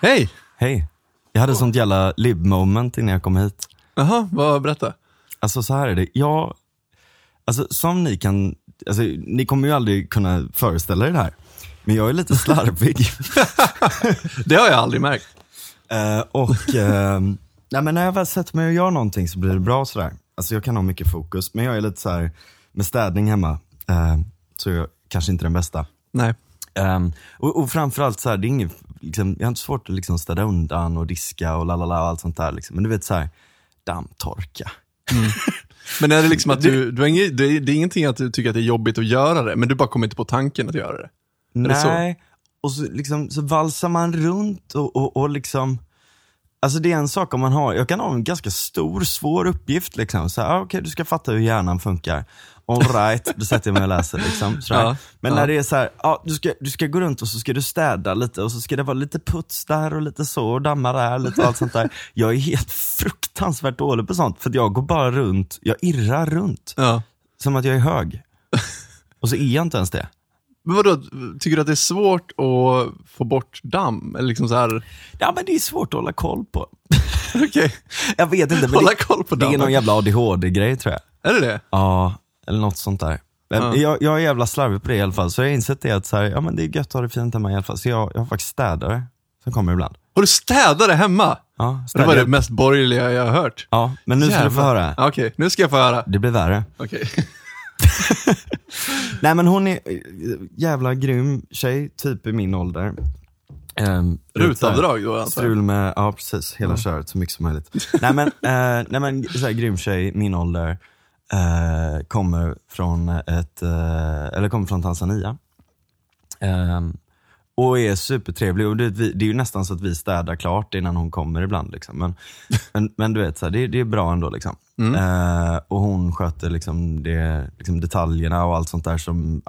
Hej! Hej. Jag hade sånt jävla lib-moment innan jag kom hit. Jaha, berätta. Alltså så här är det. Alltså som ni kan... Alltså, ni kommer ju aldrig kunna föreställa er det här. Men jag är lite slarvig. Det har jag aldrig märkt. Nej, men när jag väl sätter mig och gör någonting så blir det bra sådär. Alltså jag kan ha mycket fokus. Men jag är lite så här med städning hemma. Så jag kanske inte den bästa. Nej. Och framförallt så här, det är inget, liksom, jag har inte svårt att liksom städa undan och diska och lalala och allt sånt där liksom. Men du vet så här, dammtorka. Men är det liksom att det är ingenting att du tycker att det är jobbigt att göra det, men du bara kommer inte på tanken att göra det? Nej, och så, liksom, så valsar man runt och liksom, alltså det är en sak om man har, jag kan ha en ganska stor, svår uppgift liksom, så här, okej, du ska fatta hur hjärnan funkar. All right, då sätter jag mig och läser liksom. Ja, men när det är så här, du ska gå runt och så ska du städa lite och så ska det vara lite puts där och lite så och damma där, lite allt sånt där. Jag är helt fruktansvärt dålig på sånt, för att jag går bara runt, jag irrar runt. Ja. Som att jag är hög. Och så är jag inte ens det. Men vadå, tycker du att det är svårt att få bort damm? Eller liksom så här... Ja, men det är svårt att hålla koll på. Okej. Jag vet inte, men hålla koll på det är någon jävla ADHD-grej tror jag. Är det det? Ja, eller något sånt där. Jag är jävla slarvig på det i alla fall. Så jag har insett det att så här, ja, men det är gött att ha det fint hemma i alla fall. Så jag har faktiskt städare som kommer ibland. Har du städare hemma? Ja, det var det mest borgerliga jag har hört. Ja, men nu ska du få höra. Okej, nu ska jag få höra. Det blir värre. Okej. Nej, men hon är jävla grym tjej, typ i min ålder. Rutavdrag då alltså. Strul med, ja precis, hela köret så mycket som möjligt. nej men så här, grym tjej, min ålder. Kommer från Tanzania. Och är supertrevlig. Och det är ju nästan så att vi städar klart innan hon kommer ibland liksom. Men du vet så här, det är bra ändå liksom. Och hon sköter liksom detaljerna och allt sånt där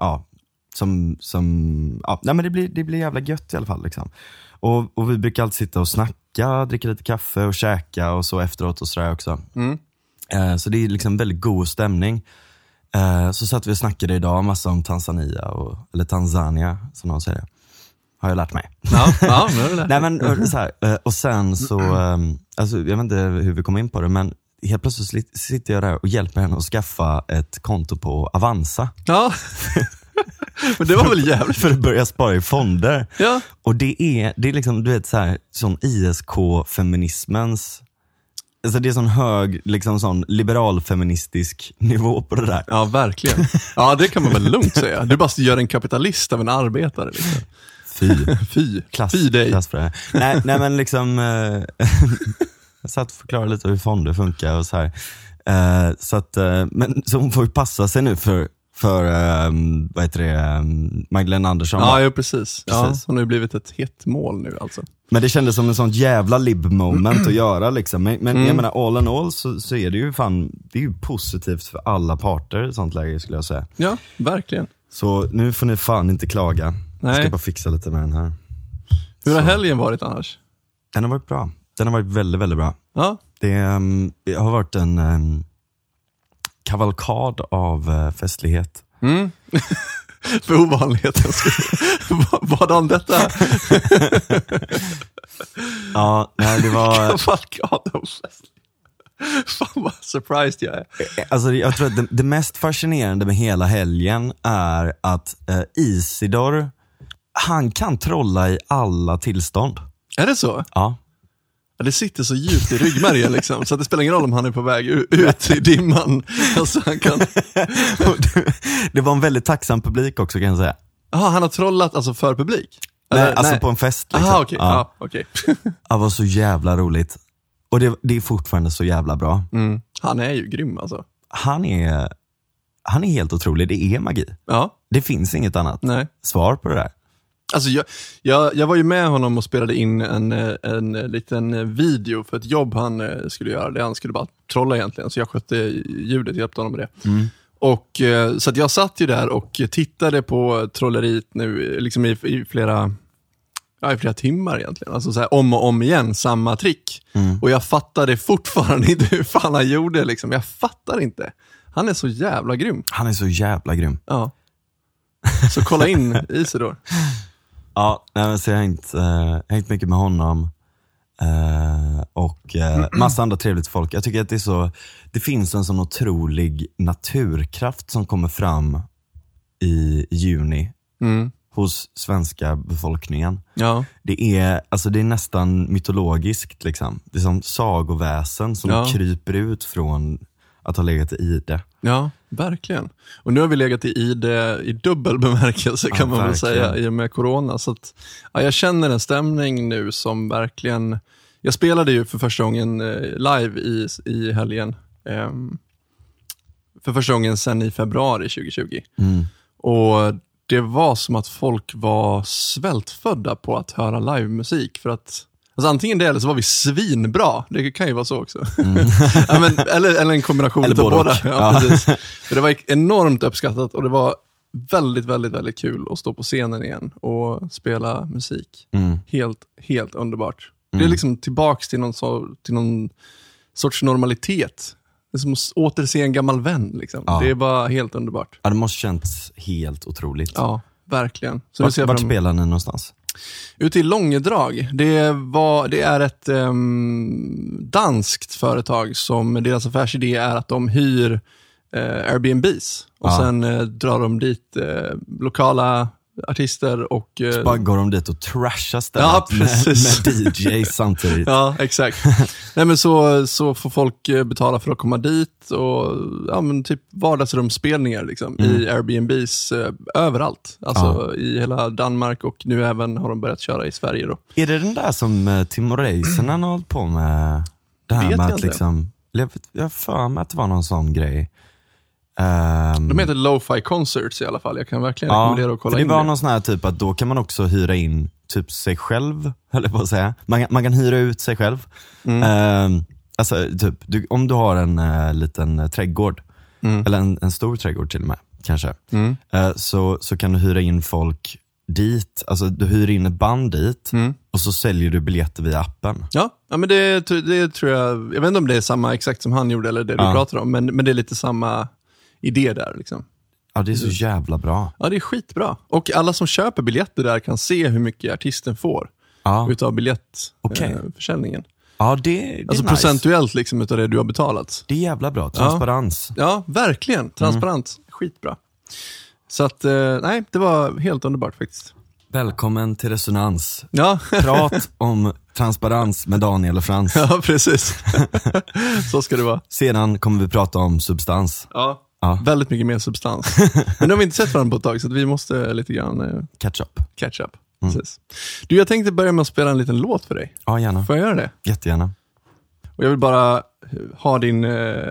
nej, men det blir jävla gött i alla fall liksom. Och vi brukar alltid sitta och snacka, dricka lite kaffe och käka och så efteråt och sådär också. Så det är liksom väldigt god stämning. Så satt vi och snackade idag massa om Tanzania eller Tanzania som någon säger. Har jag lärt mig. Ja, nu är det lärt. Nej, men så här, och sen så alltså, jag vet inte hur vi kom in på det, men helt plötsligt sitter jag där och hjälper henne att skaffa ett konto på Avanza. Ja. Men det var väl jävligt. För att börja spara i fonder. Ja. Och det är liksom, du vet så här, sån ISK-feminismens, alltså det är sån hög, liksom sån liberal-feministisk nivå på det där. Ja, verkligen. Ja, det kan man väl lugnt säga. Du bara gör en kapitalist av en arbetare liksom. Fy dig. Klass för det här. Nej, men liksom jag satt och förklarade lite hur fonder funkar och så här. Så hon får ju passa sig nu för vad heter det, Magdalena Andersson. Ja, precis. Ja, hon har ju blivit ett hett mål nu alltså. Men det kändes som en sån jävla lib-moment att göra liksom. Men jag menar, all in all så är det ju fan, det är ju positivt för alla parter i sånt läge skulle jag säga. Ja, verkligen. Så nu får ni fan inte klaga. Jag ska bara fixa lite med den här. Hur har helgen varit annars? Den har varit bra. Den har varit väldigt, väldigt bra. Ja. Det har varit en kavalkad av festlighet. För ovanligheten. Vad om detta? Ja, nej, det var kavalkad av festlighet. Fan vad surprised jag är. Alltså jag tror att det mest fascinerande med hela helgen är att Isidor, han kan trolla i alla tillstånd. Är det så? Ja. Det sitter så djupt i ryggmärgen liksom, så att det spelar ingen roll om han är på väg ut i dimman. Alltså, han kan... Det var en väldigt tacksam publik också, kan jag säga. Jaha, han har trollat alltså för publik? Nej, alltså på en fest liksom. Aha, okej. Ja. Okej. Det var så jävla roligt. Och det är fortfarande så jävla bra. Han är ju grym alltså. Han är helt otrolig, det är magi. Ja. Det finns inget annat svar på det där. Alltså jag var ju med honom och spelade in en liten video för ett jobb han skulle göra. Det han skulle bara trolla egentligen. Så jag skötte ljudet, hjälpte honom med det. Och så att jag satt ju där och tittade på trolleriet nu liksom i flera timmar egentligen. Alltså så här, om och om igen, samma trick. Och jag fattade fortfarande inte hur fan han gjorde liksom. Jag fattar inte. Han är så jävla grym. Han är så jävla grym. Ja. Så kolla in Isidor. Ja, men så jag har hängt mycket med honom. Och massa andra trevligt folk. Jag tycker att det finns en sån otrolig naturkraft som kommer fram i juni hos svenska befolkningen. Ja. Det är nästan mytologiskt liksom. Det är som sagoväsen som kryper ut från att ha legat i ide. Ja, verkligen. Och nu har vi legat i ide i dubbel bemärkelse kan man väl säga i och med corona. Så att, jag känner en stämning nu som verkligen... Jag spelade ju för första gången live i helgen. För första gången sedan i februari 2020. Och det var som att folk var svältfödda på att höra livemusik. För att, alltså antingen det eller så var vi svinbra. Det kan ju vara så också. Ja, men, eller en kombination av båda. Ja, precis. För det var enormt uppskattat och det var väldigt, väldigt, väldigt kul att stå på scenen igen och spela musik. Helt underbart. Det är liksom tillbaks till någon sorts normalitet. Det är som att återse en gammal vän. Liksom. Ja. Det är bara helt underbart. Ja, det måste känns helt otroligt. Ja, verkligen. Så vart spelar ni någonstans? Ute i Långedrag. Det är ett danskt företag som deras affärsidé är att de hyr Airbnbs. Och sen drar de dit lokala artister och... Så bara går de dit och trashar stället med DJ samtidigt. Ja, exakt. Nej, men så får folk betala för att komma dit och men typ vardagsrumsspelningar liksom, i Airbnbs överallt. Alltså i hela Danmark och nu även har de börjat köra i Sverige då. Är det den där som Timo Räisänen har hållit på med? Det här med att liksom... Jag för mig att det var någon sån grej. De heter Lo-Fi Concerts i alla fall. Jag kan verkligen rekommendera att kolla in det. Det var någon sån här typ att då kan man också hyra in typ sig själv, höll jag på att säga. Man kan hyra ut sig själv. Alltså typ, om du har en liten trädgård eller en stor trädgård till och med kanske. Så kan du hyra in folk dit. Alltså du hyr in ett band dit och så säljer du biljetter via appen. Ja men det tror jag vet inte om det är samma exakt som han gjorde eller det du pratar om, men det är lite samma idé där liksom. Ja, det är så jävla bra. Ja, det är skitbra. Och alla som köper biljetter där kan se hur mycket artisten får utav biljettförsäljningen. Ja, det är alltså nice. Procentuellt liksom utav det du har betalat. Det är jävla bra, transparens. Ja, verkligen, transparens. Skitbra. Så att, nej, det var helt underbart faktiskt. Välkommen till Resonans. Ja. Prat om transparens med Daniel och Frans. Ja, precis. Så ska det vara. Sedan kommer vi prata om substans. Ja, väldigt mycket mer substans. Men nu har vi inte sett varandra på ett tag så att vi måste lite grann... Catch up. Precis. Du, jag tänkte börja med att spela en liten låt för dig. Ja, gärna. Får jag göra det? Jättegärna. Och jag vill bara ha din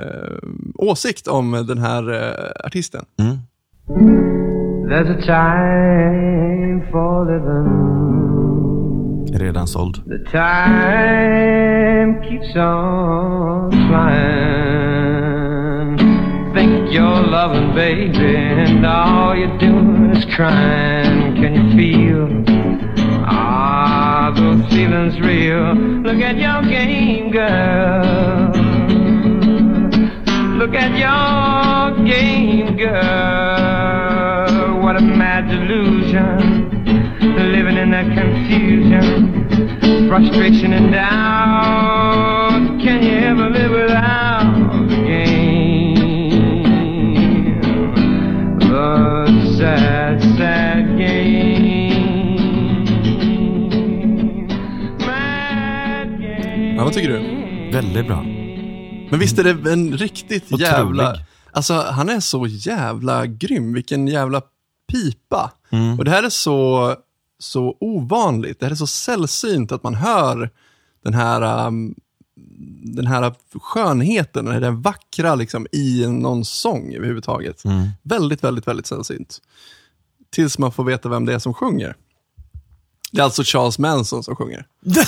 åsikt om den här artisten. There's a time for living. Redan såld. The time keeps on flying. Think you're loving, baby, and all you're doing is crying. Can you feel? Those feelings real. Look at your game, girl. Look at your game, girl. What a mad delusion. Living in that confusion, frustration and doubt. Can you ever live without the game? The sad, sad game. Mad game. Ja, vad tycker du? Väldigt bra. Men visst är det en riktigt otrolig. Jävla... Alltså, han är så jävla grym. Vilken jävla pipa. Och det här är så ovanligt. Det här är så sällsynt att man hör den här skönheten, den här vackra liksom, i någon sång överhuvudtaget. Väldigt, väldigt, väldigt sällsynt. Tills man får veta vem det är som sjunger. Det är alltså Charles Manson som sjunger.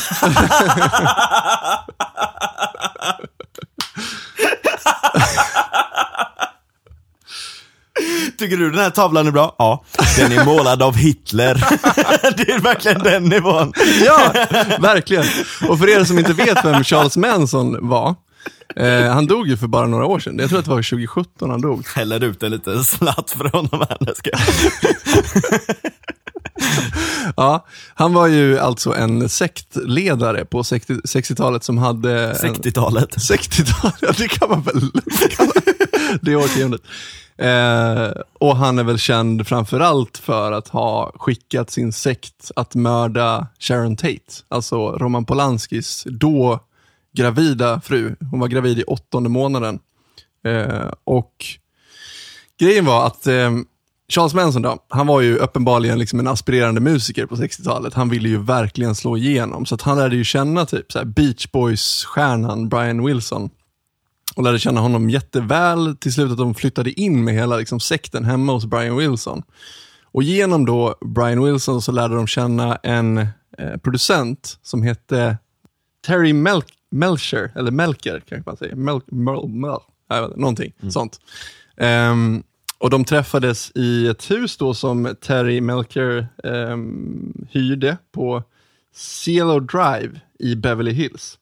Tycker du den här tavlan är bra? Ja, den är målad av Hitler. Det är verkligen den nivån. Ja, verkligen. Och för er som inte vet vem Charles Manson var, han dog ju för bara några år sedan. Jag tror att det var 2017 han dog. Häller ut en liten slatt för honom här. Ja, han var ju alltså en sektledare på 60-talet som hade... 60-talet? 60-talet, det kan man väl kalla det årtiondet. Och han är väl känd framförallt för att ha skickat sin sekt att mörda Sharon Tate, alltså Roman Polanskis då gravida fru. Hon var gravid i 8:e månaden. Och grejen var att Charles Manson då, han var ju uppenbarligen liksom en aspirerande musiker på 60-talet. Han ville ju verkligen slå igenom, så att han lärde ju känna typ så här Beach Boys-stjärnan Brian Wilson och lärde känna honom jätteväl till slut att de flyttade in med hela liksom sekten hemma hos Brian Wilson. Och genom då Brian Wilson så lärde de känna en producent som hette Terry Melcher, eller Melker kanske man säger. Någonting sånt. Och de träffades i ett hus då som Terry Melcher hyrde på Cielo Drive i Beverly Hills.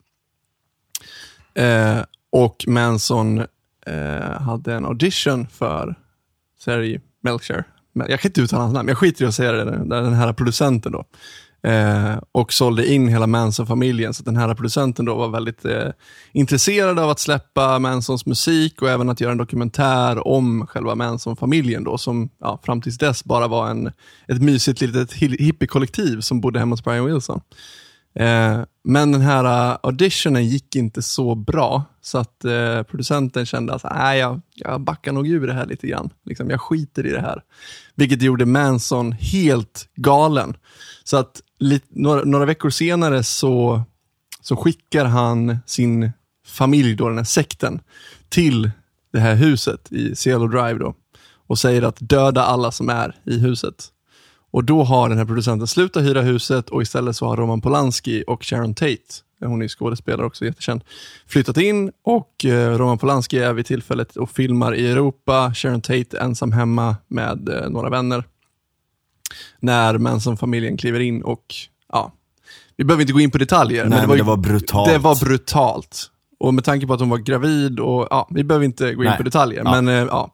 Och Manson hade en audition för Terry Melcher. Jag kan inte uttala hans namn, jag skiter i att säga det, den här producenten då. Och sålde in hela Manson-familjen, så att den här producenten då var väldigt intresserad av att släppa Mansons musik och även att göra en dokumentär om själva Manson-familjen då, som fram tills dess bara var ett mysigt litet hippie-kollektiv som bodde hemma hos Brian Wilson. Men den här auditionen gick inte så bra, så att producenten kände att jag backar nog ur det här lite grann. Liksom, jag skiter i det här. Vilket gjorde Manson helt galen. Så att några veckor senare så skickar han sin familj då, den här sekten, till det här huset i Cielo Drive då, och säger att döda alla som är i huset. Och då har den här producenten slutat hyra huset och istället så har Roman Polanski och Sharon Tate, hon är skådespelare också, jättekänd, flyttat in, och Roman Polanski är vid tillfället och filmar i Europa, Sharon Tate ensam hemma med några vänner. När Manson-familjen kliver in och vi behöver inte gå in på detaljer. Nej, men det var brutalt. Det var brutalt. Och med tanke på att hon var gravid och vi behöver inte gå in på detaljer. Men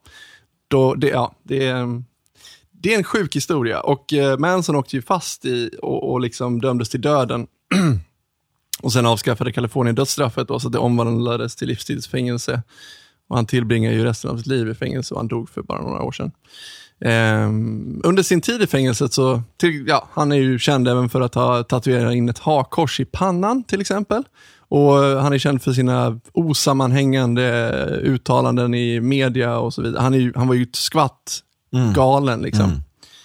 det är en sjuk historia. Och Manson åkte ju fast i och liksom dömdes till döden. Och sen avskaffade Kalifornien dödsstraffet då, så det omvandlades till livstidsfängelse. Och han tillbringar ju resten av sitt liv i fängelse, och han dog för bara några år sedan. Under sin tid i fängelset så han är ju känd även för att ha tatuerat in ett hakkors i pannan till exempel, och han är känd för sina osammanhängande uttalanden i media och så vidare. Han var ju ett skvatt galen liksom.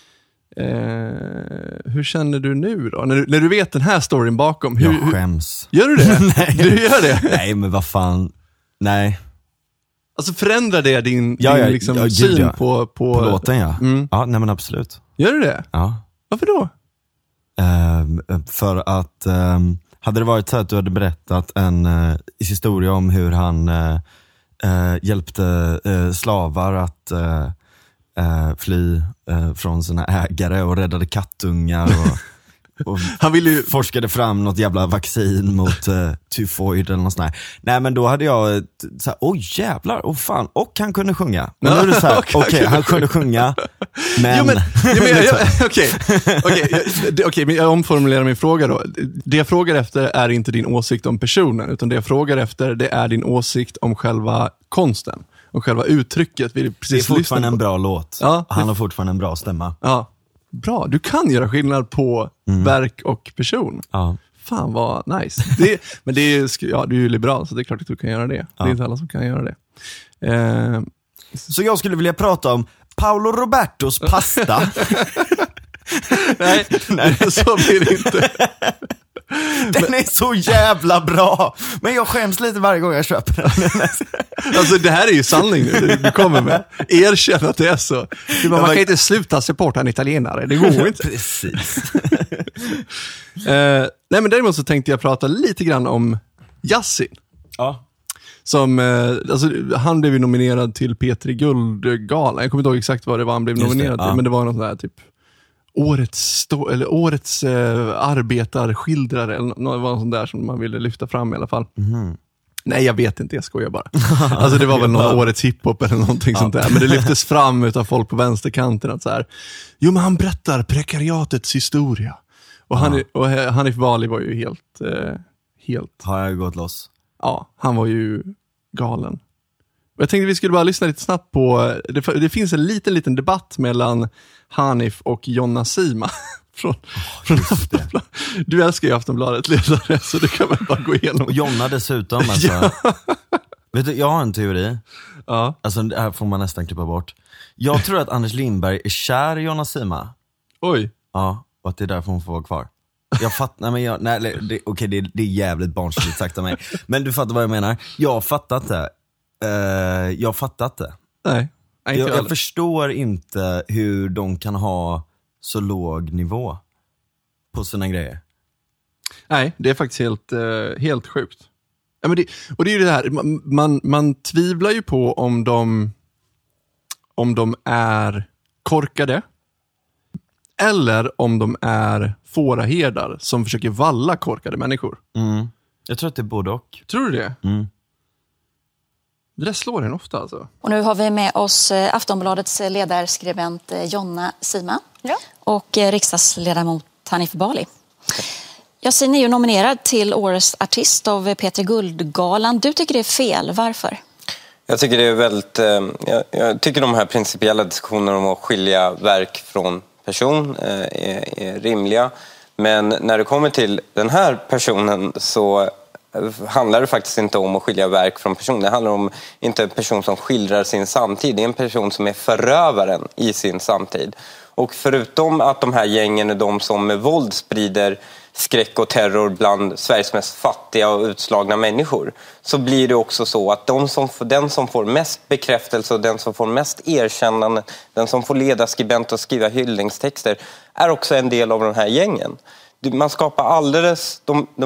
Hur känner du nu då? När du vet den här storyn bakom? Jag skäms. Gör du det? Nej. Du gör det? Nej, men vad fan. Nej. Alltså förändrar det din liksom, syn på låten, ja. Ja, nej men absolut. Gör du det? Ja. Varför då? För att hade det varit så att du hade berättat en historia om hur han hjälpte slavar att fly från sina ägare och räddade kattungar och han ville ju forskade fram något jävla vaccin mot tyfoid eller något sånt där. Nej, men då hade jag såhär, jävlar, fan. Och han kunde sjunga. Och nu är det såhär, okej, han kunde sjunga, men... Okej, men jag omformulerar min fråga då. Det jag frågar efter är inte din åsikt om personen, utan det jag frågar efter, det är din åsikt om själva konsten. Och själva uttrycket. Vi precis det är fortfarande en bra låt. Ja, han har fortfarande en bra stämma. Ja. Bra, du kan göra skillnad på verk och person. Ja. Fan vad nice. Men det är, du är ju liberal, så det är klart att du kan göra det. Ja. Det är inte alla som kan göra det. Så jag skulle vilja prata om Paolo Robertos pasta. Nej, så blir det inte. Den är så jävla bra. Men jag skäms lite varje gång jag köper den. Alltså det här är ju sanning nu du kommer med. Erkänn att det är så. Man kan inte sluta supporta en italienare. Det går inte. Precis. Nej, men däremot så tänkte jag prata lite grann om Yasin. Ja. Som, han blev ju nominerad till P3 Guldgalan. Jag kommer inte ihåg exakt vad det var han blev nominerad till. Men det var något sånt där typ årets arbetarskildrare eller något sånt där som man ville lyfta fram i alla fall. Nej, jag vet inte, jag skojar bara. Alltså det var väl någon årets hiphop eller någonting sånt där. Men det lyftes fram utav folk på vänsterkanten att så här, jo men han berättar prekariatets historia. Och Hanif Bali var ju helt... Har jag gått loss? Ja, han var ju galen. Och jag tänkte vi skulle bara lyssna lite snabbt på, det finns en liten debatt mellan Hanif och Jonna Sima. från Aftonbladet. Du älskar ju Aftonbladet ledare, så det kan man bara gå igenom. Och Jonna dessutom alltså. Ja. Vet du, jag har en teori. Ja. Alltså det här får man nästan klippa bort. Jag tror att Anders Lindberg är kär i Jonna Sima. Oj. Ja, och att det är därför hon får vara kvar. Jag fattar, det är jävligt barnsligt sagt av mig. Men du fattar vad jag menar. Jag har fattat det. Nej. Jag förstår inte hur de kan ha så låg nivå på sina grejer. Nej, det är faktiskt helt sjukt. Ja, men och det är ju det här, man tvivlar ju på om de är korkade eller om de är fåraherdar som försöker valla korkade människor. Jag tror att det är både och. Tror du det? Det där slår en ofta alltså. Och nu har vi med oss Aftonbladets ledarskribent Jonna Sima och riksdagsledamot Hanif Bali. Yasin är ju nominerad till Årets artist av Peter Guldgalan. Du tycker det är fel. Varför? Jag tycker det är väldigt... Jag tycker de här principiella diskussionerna om att skilja verk från person är rimliga. Men när det kommer till den här personen så handlar det faktiskt inte om att skilja verk från person. Det handlar om inte en person som skildrar sin samtid. Det är en person som är förövaren i sin samtid. Och förutom att de här gängen är de som med våld sprider skräck och terror bland Sveriges mest fattiga och utslagna människor, så blir det också så att den som får mest bekräftelse och den som får mest erkännande, den som får ledarskribent och skriva hyllningstexter, är också en del av de här gängen. Man skapar alldeles...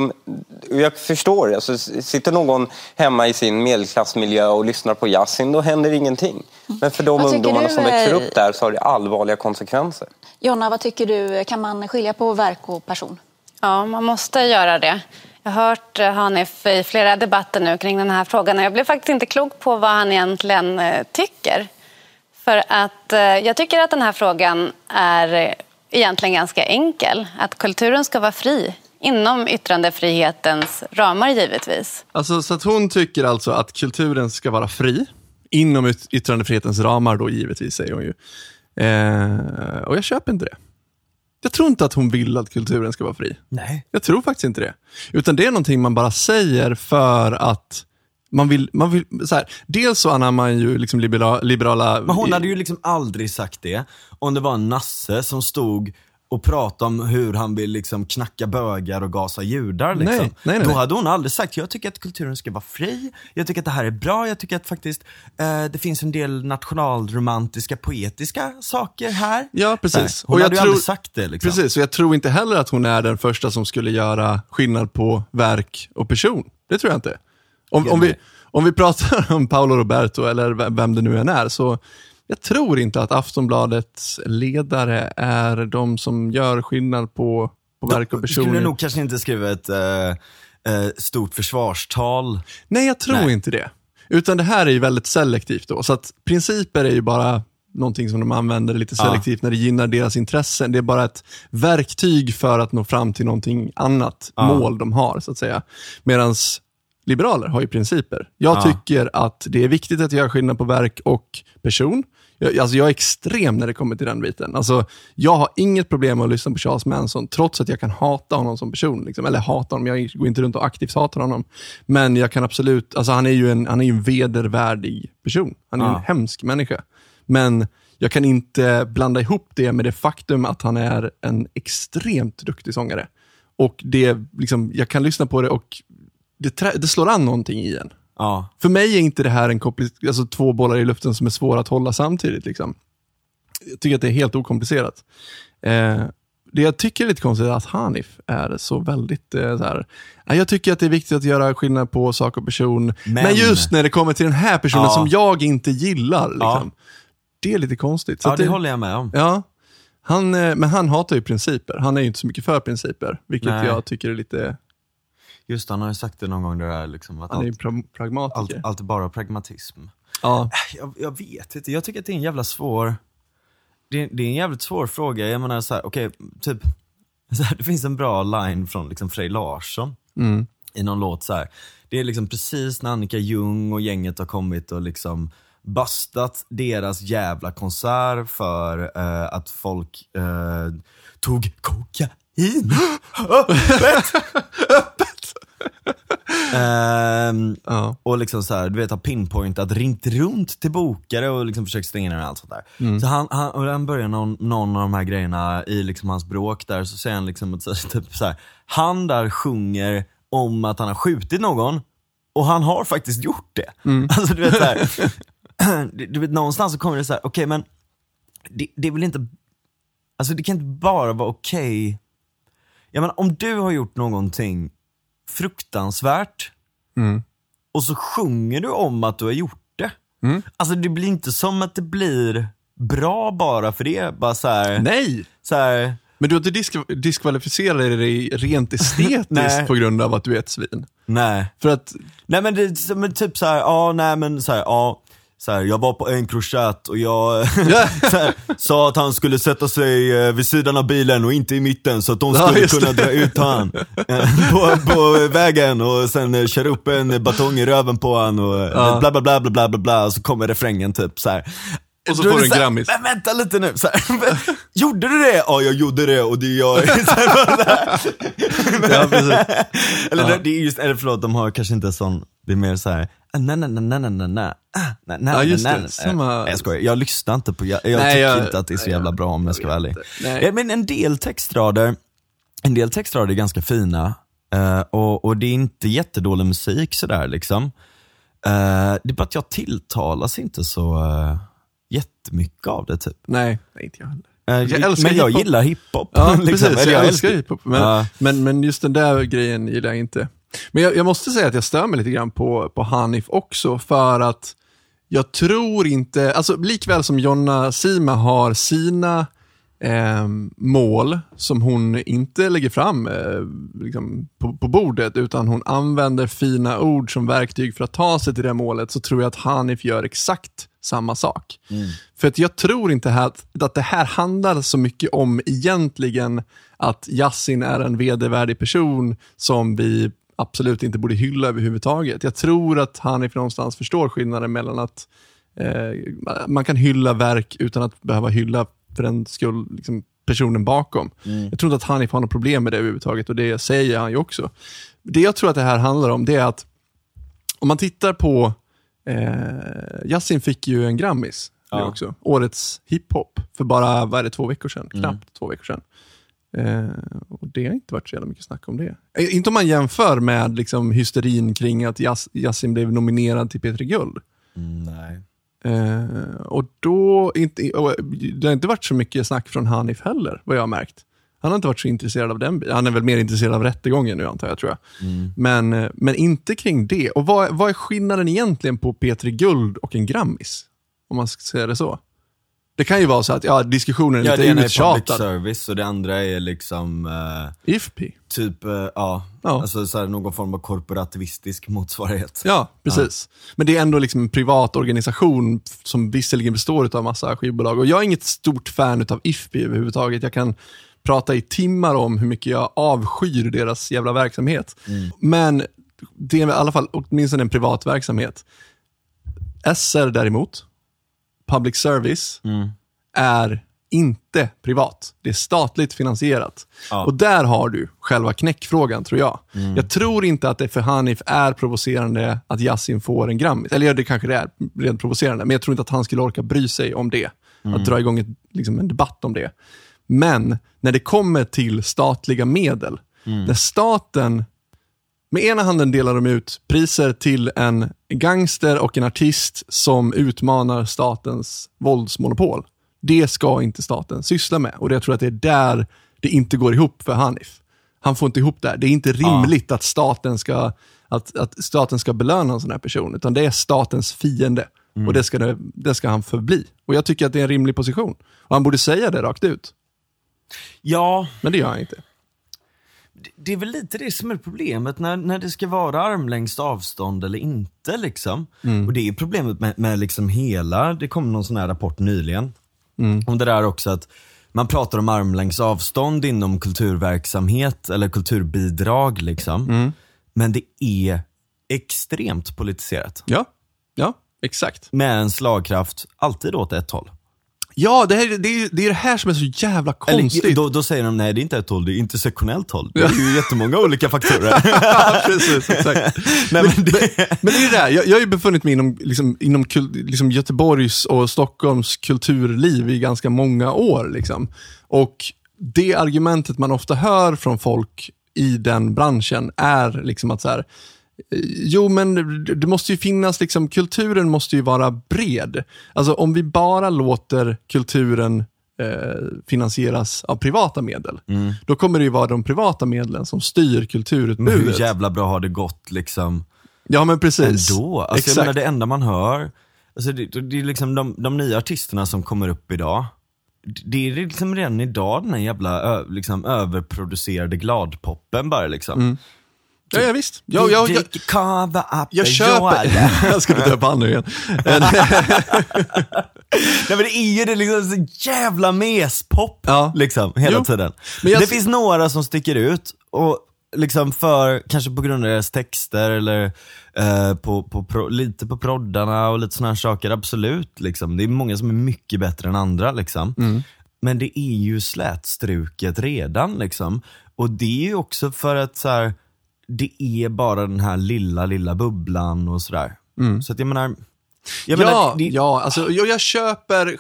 jag förstår, alltså, sitter någon hemma i sin medelklassmiljö och lyssnar på Yasin, då händer ingenting. Men för de ungdomarna som växer upp där så har det allvarliga konsekvenser. Jonna, vad tycker du? Kan man skilja på verk och person? Ja, man måste göra det. Jag har hört Hanif i flera debatter nu kring den här frågan och jag blev faktiskt inte klok på vad han egentligen tycker. För att jag tycker att den här frågan är egentligen ganska enkel. Att kulturen ska vara fri inom yttrandefrihetens ramar givetvis. Alltså, så att hon tycker alltså att kulturen ska vara fri inom yttrandefrihetens ramar då givetvis, säger hon ju. Och jag köper inte det. Jag tror inte att hon vill att kulturen ska vara fri. Nej. Jag tror faktiskt inte det. Utan det är någonting man bara säger för att man vill så här, dels så anammar man ju liksom liberala... Men hon hade ju liksom aldrig sagt det om det var en nasse som stod och pratade om hur han vill liksom knacka bögar och gasa judar liksom. Nej. Då hade hon aldrig sagt, jag tycker att kulturen ska vara fri, jag tycker att det här är bra, jag tycker att faktiskt det finns en del nationalromantiska, poetiska saker här. Ja, precis. Hon hade ju aldrig sagt det liksom. Precis, och jag tror inte heller att hon är den första som skulle göra skillnad på verk och person. Det tror jag inte. Om vi pratar om Paolo Roberto eller vem det nu än är, så jag tror inte att Aftonbladets ledare är de som gör skillnad på verk och person. Skulle nog kanske inte skriva ett stort försvarstal. Nej, jag tror inte det. Utan det här är ju väldigt selektivt då. Så att principer är ju bara någonting som de använder lite selektivt när det gynnar deras intressen. Det är bara ett verktyg för att nå fram till någonting annat mål de har, så att säga. Medans liberaler har ju principer. Jag tycker att det är viktigt att göra skillnad på verk och person. Jag är extrem när det kommer till den biten. Alltså, jag har inget problem med att lyssna på Charles Manson, trots att jag kan hata honom som person. Liksom. Eller hata honom, jag går inte runt och aktivt hatar honom. Men jag kan absolut, alltså han är ju en vedervärdig person. Han är ju en hemsk människa. Men jag kan inte blanda ihop det med det faktum att han är en extremt duktig sångare. Och det, liksom, jag kan lyssna på det och det slår an någonting i en. Ja. För mig är inte det här alltså två bollar i luften som är svåra att hålla samtidigt. Liksom. Jag tycker att det är helt okomplicerat. Det jag tycker är lite konstigt är att Hanif är så väldigt så här. Jag tycker att det är viktigt att göra skillnad på sak och person. Men just när det kommer till den här personen som jag inte gillar. Liksom, det är lite konstigt. Så det håller jag med om. Ja. Men han hatar ju principer. Han är ju inte så mycket för principer. Vilket jag tycker är lite... Just han har ju sagt det någon gång det där liksom, att Han är ju pragmatiker. allt är bara pragmatism. Ja. Jag vet inte, jag tycker att det är en jävla svår... Det är en jävligt svår fråga. Jag menar såhär, okej, typ så här, det finns en bra line från liksom Frej Larsson i någon låt så här. Det är liksom precis när Annika Ljung och gänget har kommit och liksom bastat deras jävla konsert för att folk tog kokain öppet. Och liksom så här, du vet, har pinpointat, ringt runt till bokare och liksom försökt stänga ner och allt sånt där. Så han börjar någon av de här grejerna i liksom hans bråk där, så säger han liksom typ så här, han där sjunger om att han har skjutit någon och han har faktiskt gjort det. Alltså du vet så här, du vet, någonstans så kommer det så här, okej, men det är väl inte, alltså det kan inte bara vara okej. Jag menar, om du har gjort någonting fruktansvärt och så sjunger du om att du har gjort det. Alltså det blir inte som att det blir bra bara för det. Bara så här, Nej! Så här, men du har inte diskvalificerat dig rent estetiskt på grund av att du är ett svin. Nej. För att... Nej, men det men typ så här, så här, jag var på en crochet och jag så här, sa att han skulle sätta sig vid sidan av bilen och inte i mitten, så att de skulle kunna dra ut han på vägen och sen köra upp en batong i röven på han och bla bla bla bla bla bla bla, och så kommer refrängen typ så här. Och så får du en Grammis. Men vänta lite nu så här, gjorde du det? Ja, jag gjorde det, och det är jag. Ja, precis. Eller det är just, eller förlåt, de har kanske inte sån, det är mer så här. Ja, just det. Jag skojar, jag lyssnar inte på, jag tycker inte att det är så jävla bra, om jag ska vara ärlig. Men en del textrader är ganska fina, och det är inte jättedålig musik sådär liksom. Det är bara att jag tilltalas inte så jättemycket av det typ. Nej, inte jag heller. Men jag gillar hiphop. Ja, liksom. precis, jag älskar hiphop. Men just den där grejen gillar jag inte. Men jag måste säga att jag stör mig lite grann på Hanif också, för att jag tror inte, alltså likväl som Jonna Sima har sina mål som hon inte lägger fram liksom på bordet, utan hon använder fina ord som verktyg för att ta sig till det målet, så tror jag att Hanif gör exakt samma sak. För att jag tror inte att det här handlar så mycket om egentligen att Yasin är en vedervärdig person som vi absolut inte borde hylla överhuvudtaget. Jag tror att Hanif någonstans förstår skillnaden mellan att man kan hylla verk utan att behöva hylla för den skull liksom personen bakom. Jag tror inte att Hanif har något problem med det överhuvudtaget, och det säger han ju också. Det jag tror att det här handlar om, det är att om man tittar på Yasin fick ju en Grammis också. Årets hiphop för bara 2 veckor sedan. Knappt 2 veckor sedan. Och det har inte varit så jävla mycket snack om det. Inte om man jämför med liksom hysterin kring att Yasin blev nominerad till P3 Guld. Nej. Och då det har inte varit så mycket snack från Hanif heller, vad jag har märkt. Han har inte varit så intresserad av den. Han är väl mer intresserad av rättegången nu, antar jag, tror jag. Men inte kring det. Och vad är skillnaden egentligen på P3 Guld och en Grammis? Om man ska säga det så. Det kan ju vara så att diskussionen är lite uttjatad. Public service och det andra är liksom IFP. Typ, alltså så här, någon form av korporativistisk motsvarighet. Ja, precis. Men det är ändå liksom en privat organisation som visserligen består av massa skivbolag. Och jag är inget stort fan av IFP överhuvudtaget. Jag kan prata i timmar om hur mycket jag avskyr deras jävla verksamhet. Men det är i alla fall åtminstone en privat verksamhet. SR däremot, public service, är inte privat. Det är statligt finansierat. Och där har du själva knäckfrågan, tror jag. Jag tror inte att det för Hanif är provocerande att Yasin får en Grammis. Eller det kanske det är rent provocerande, men jag tror inte att han skulle orka bry sig om det. Att dra igång en debatt om det. Men när det kommer till statliga medel, när staten med ena handen delar de ut priser till en gangster och en artist som utmanar statens våldsmonopol. Det ska inte staten syssla med. Och jag tror att det är där det inte går ihop för Hanif. Han får inte ihop där. Det är inte rimligt att staten ska belöna en sån här person, utan det är statens fiende. Och det ska han förbli. Och jag tycker att det är en rimlig position. Och han borde säga det rakt ut. Ja. Men det gör han inte. det är väl lite det som är problemet när det ska vara armlängds avstånd eller inte liksom. Och det är problemet med liksom hela, det kom någon sån här rapport nyligen om det där också, att man pratar om armlängds avstånd inom kulturverksamhet eller kulturbidrag liksom. Men det är extremt politiserat. Ja, exakt. Med en slagkraft alltid åt ett håll. Ja, det är det här som är så jävla konstigt. Eller, då säger de, nej det är inte ett håll, det är intersektionellt håll. Det är ju jättemånga olika faktorer. Precis, exakt. Men det är det där, jag har ju befunnit mig inom Göteborgs och Stockholms kulturliv i ganska många år. Liksom. Och det argumentet man ofta hör från folk i den branschen är liksom att så här, jo, men det måste ju finnas liksom, kulturen måste ju vara bred. Alltså om vi bara låter kulturen finansieras av privata medel, då kommer det ju vara de privata medlen som styr kulturutbudet. Men hur jävla bra har det gått liksom? Ja, men precis. Ändå. Alltså, jag menar, det enda man hör, alltså, det är liksom de nya artisterna som kommer upp idag. Det är liksom redan idag den här jävla liksom, överproducerade gladpoppen bara liksom. Ja, visst. Jag köper. Jag skulle dö på andra igen. Nej, men det är ju det liksom så jävla mespop liksom hela tiden. Men det finns några som sticker ut och liksom kanske på grund av deras texter eller lite på proddarna och lite såna här saker, absolut liksom. Det är många som är mycket bättre än andra liksom. Men det är ju slätstruket redan liksom. Och det är ju också för att så här, det är bara den här lilla bubblan och sådär. Så att jag menar... Alltså, jag köper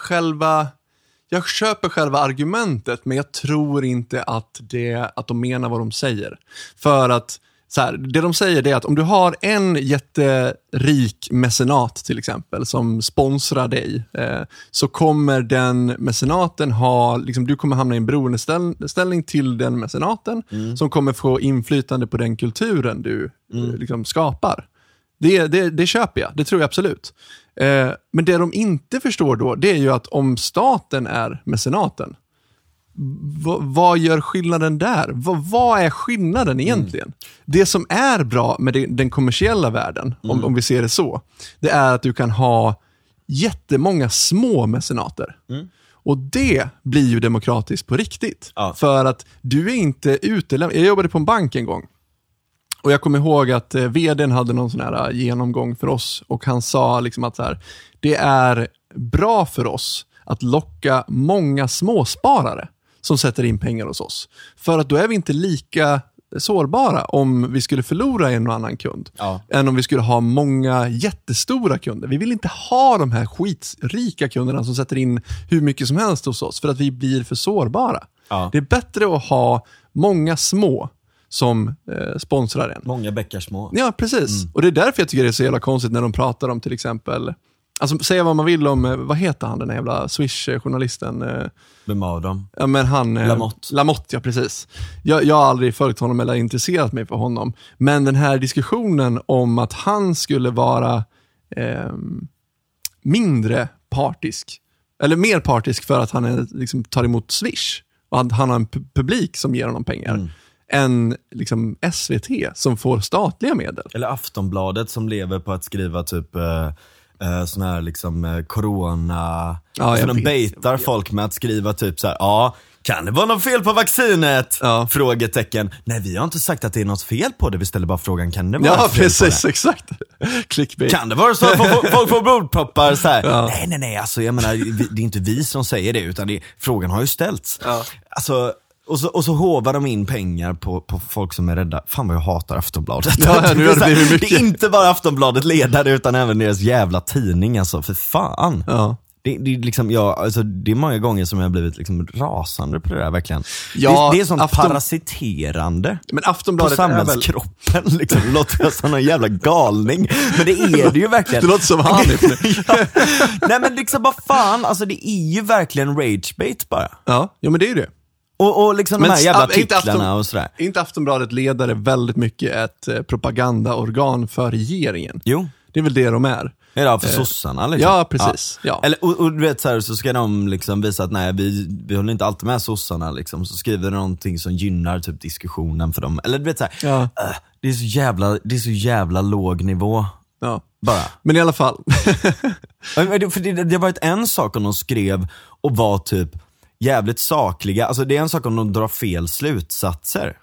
själva argumentet, men jag tror inte att de menar vad de säger. För att så här, det de säger är att om du har en jätterik mecenat till exempel som sponsrar dig, så kommer den mecenaten ha, liksom, du kommer hamna i en beroendeställning till den mecenaten som kommer få inflytande på den kulturen du liksom skapar. Det köper jag, det tror jag absolut. Men det de inte förstår då, det är ju att om staten är mecenaten, vad gör skillnaden där? Vad är skillnaden egentligen? Det som är bra med den kommersiella världen, om vi ser det så, det är att du kan ha jättemånga små mecenater. Och det blir ju demokratiskt på riktigt. För att du är inte utelämnad. Jag jobbade på en bank en gång. Och jag kommer ihåg att vdn hade någon sån här genomgång för oss. Och han sa liksom att så här, det är bra för oss att locka många småsparare som sätter in pengar hos oss. För att då är vi inte lika sårbara om vi skulle förlora en och annan kund. Än om vi skulle ha många jättestora kunder. Vi vill inte ha de här skitrika kunderna som sätter in hur mycket som helst hos oss. För att vi blir för sårbara. Det är bättre att ha många små som sponsrar en. Många bäckar små. Ja, precis. Och det är därför jag tycker det är så jävla konstigt när de pratar om till exempel, alltså säga vad man vill om, vad heter han, den här jävla Swish-journalisten? Vem av dem? Ja, men han... Lamotte, ja, precis. Jag har aldrig följt honom eller intresserat mig för honom. Men den här diskussionen om att han skulle vara mindre partisk, eller mer partisk för att han liksom tar emot Swish. Och han har en publik som ger honom pengar. Än liksom SVT som får statliga medel. Eller Aftonbladet som lever på att skriva typ sån här liksom corona. Så de baitar folk med att skriva typ så här, kan det vara något fel på vaccinet? Frågetecken. Nej, vi har inte sagt att det är något fel på det. Vi ställer bara frågan, kan det vara fel precis, på det? Exakt. Clickbait. Kan det vara så att folk får blodproppar så här? Nej, alltså jag menar, det är inte vi som säger det, utan frågan har ju ställts. Alltså, och så hovar de in pengar på folk som är rädda. Fan vad jag hatar Aftonbladet. Nu har det blivit mycket. Det är inte bara Aftonbladet ledare utan även deras jävla tidning, alltså, för fan. Det är liksom, alltså, det är många gånger som jag har blivit liksom rasande på det där, verkligen. Det är sånt parasiterande. Men Aftonbladet på samhällskroppen liksom. Det låter som en jävla galning. Men det är det ju verkligen. Det låter som han. Nej, men liksom, vad fan, alltså det är ju verkligen ragebait bara. Ja, men det är ju det. Och liksom de här jävla artiklarna och sådär. Är inte Aftonbladet ledare väldigt mycket ett propagandaorgan för regeringen? Jo. Det är väl det de är. Ja, för sossarna liksom. Ja, precis. Ja. Eller, och du vet så här, så ska de liksom visa att nej, vi håller inte alltid med sossarna liksom. Så skriver de någonting som gynnar typ diskussionen för dem. Eller du vet så här, det är så jävla låg nivå. Ja. Bara. Men i alla fall. För det var en sak om de skrev och var typ jävligt sakliga. Alltså det är en sak om de drar fel slutsatser.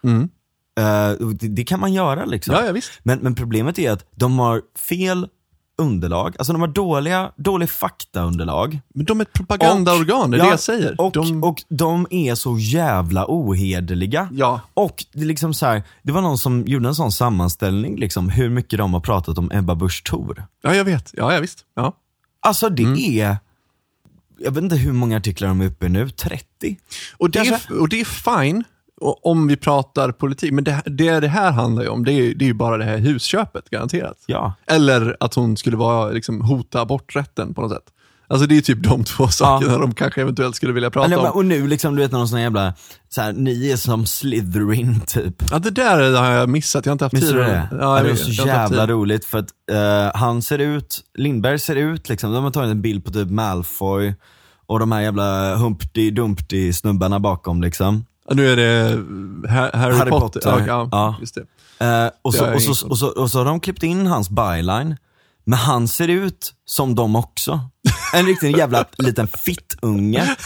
Det kan man göra liksom. Ja, visst. Men problemet är att de har fel underlag. Alltså de har dålig faktaunderlag. Men de är ett propagandaorgan, det är det jag säger. Och de är så jävla ohederliga. Ja. Och det är liksom så här, det var någon som gjorde en sån sammanställning liksom, hur mycket de har pratat om Ebba Busch Thor. Ja, jag vet. Ja, visst. Ja. Alltså det är, jag vet inte hur många artiklar de är uppe nu, 30. Och det är fine om vi pratar politik, men det här handlar ju om, det är ju bara det här husköpet, garanterat. Ja. Eller att hon skulle vara, liksom, hota aborträtten på något sätt. Alltså det är typ de två sakerna de kanske eventuellt skulle vilja prata om. Och nu liksom, du vet någon sån jävla så här, ni är som Slytherin typ. Ja, det där har jag missat, jag har inte haft tid. Missar du det? Ja, det är så jävla roligt för att Lindberg ser ut liksom, de har tagit en bild på typ Malfoy och de här jävla Humpty snubbarna bakom liksom. Ja, nu är det Harry Potter. Ja. Just det. Och så har de klippt in hans byline. Men han ser ut som de också. En riktigt jävla liten fittunge.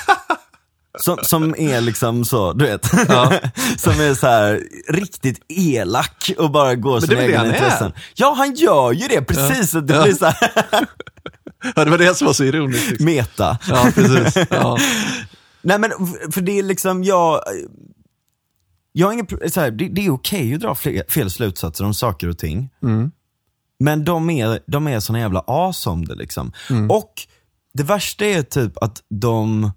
Som är liksom så, du vet. Ja. Som är så här riktigt elak och bara går sina egna intressen. Ja, han gör ju det precis. Ja. Det blir så här. Ja, det var det som var så ironiskt. Liksom. Meta. Ja, precis. Ja. Nej, men för det är liksom, jag har ingen, så här, det är okej att dra fel slutsatser om saker och ting. Men de är såna jävla as om det liksom. Och det värsta är typ att de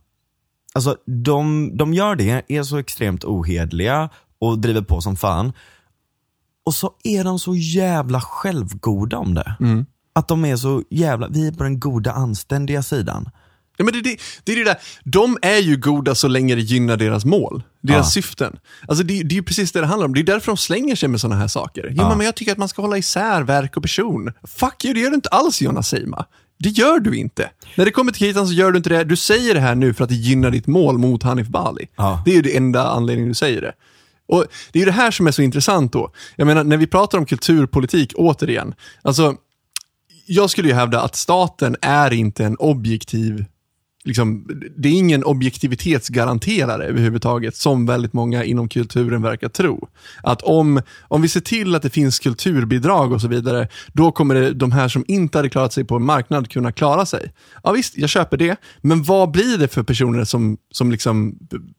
gör det, är så extremt ohederliga och driver på som fan. Och så är de så jävla självgoda om det. Att de är så jävla, vi är på den goda anständiga sidan. Ja, men det är det där. De är ju goda så länge det gynnar deras mål. Deras syften. Alltså det är ju precis det handlar om. Det är därför de slänger sig med såna här saker. Ja, men jag tycker att man ska hålla isär verk och person. Fuck you, det gör du inte alls, Jonas Seima. Det gör du inte. När det kommer till kritan så gör du inte det. Du säger det här nu för att det gynnar ditt mål mot Hanif Bali. Det är ju det enda anledningen du säger det. Och det är ju det här som är så intressant då. Jag menar, när vi pratar om kulturpolitik återigen. Alltså, jag skulle ju hävda att staten är inte en objektiv, liksom, det är ingen objektivitetsgaranterare överhuvudtaget, som väldigt många inom kulturen verkar tro. Att om vi ser till att det finns kulturbidrag och så vidare, då kommer de här som inte hade klarat sig på en marknad kunna klara sig. Ja visst, jag köper det. Men vad blir det för personer som liksom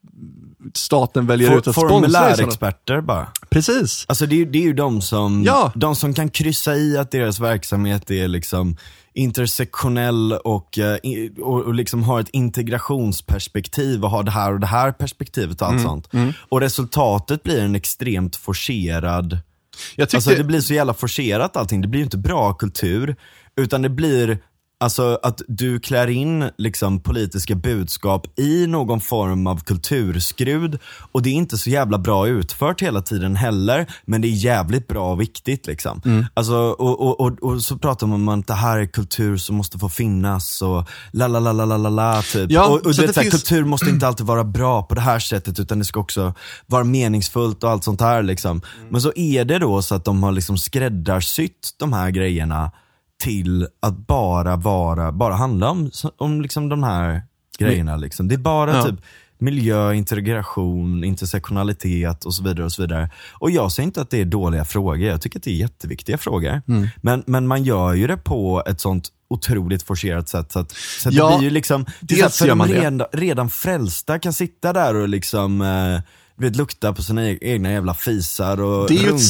staten väljer ut att sponsra? Formulärexperter bara. Precis. Alltså det är ju de som kan kryssa i att deras verksamhet är liksom intersektionell och liksom har ett integrationsperspektiv och har det här perspektivet och allt sånt. Och resultatet blir en extremt forcerad, alltså det blir så jävla forcerat allting. Det blir ju inte bra kultur, utan det blir alltså att du klär in liksom politiska budskap i någon form av kulturskrud, och det är inte så jävla bra utfört hela tiden heller, men det är jävligt bra och viktigt liksom. Alltså, och så pratar man om att det här är kultur som måste få finnas och la typ. Ja, och det finns... kultur måste inte alltid vara bra på det här sättet, utan det ska också vara meningsfullt och allt sånt här liksom. Men så är det då så att de har liksom skräddarsytt de här grejerna till att bara handla om liksom de här grejerna liksom. Det är bara typ miljö, integration, intersektionalitet och så vidare och så vidare. Och jag säger inte att det är dåliga frågor. Jag tycker att det är jätteviktiga frågor. Men man gör ju det på ett sånt otroligt forcerat sätt så att det blir ju liksom, det är så att redan frälsta kan sitta där och liksom lukta på sina egna jävla fisar och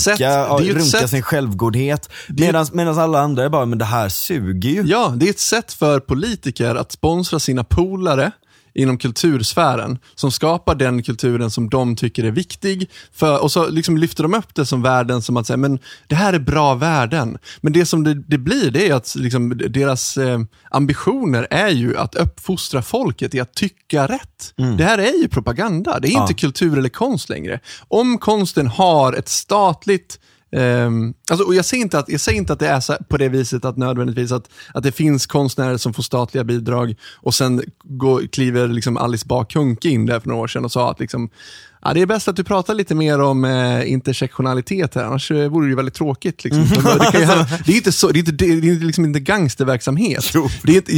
runka sin självgodhet, medan alla andra är bara, men det här suger ju. Ja, det är ett sätt för politiker att sponsra sina polare inom kultursfären som skapar den kulturen som de tycker är viktig och så liksom lyfter de upp det som värden, som att säga, men det här är bra värden. Men det som det blir, det är att liksom, deras ambitioner är ju att uppfostra folket i att tycka rätt. Det här är ju propaganda. Det är inte kultur eller konst längre. Om konsten har ett statligt Alltså, och jag säger inte att det är så på det viset att nödvändigtvis att det finns konstnärer som får statliga bidrag och sen kliver liksom Alice Bah Kuhnke in där för några år sedan och sa att liksom, det är bäst att du pratar lite mer om intersektionalitet här, annars vore det ju väldigt tråkigt. Liksom. Det är inte så, det är liksom inte gangsterverksamhet. Det är inte,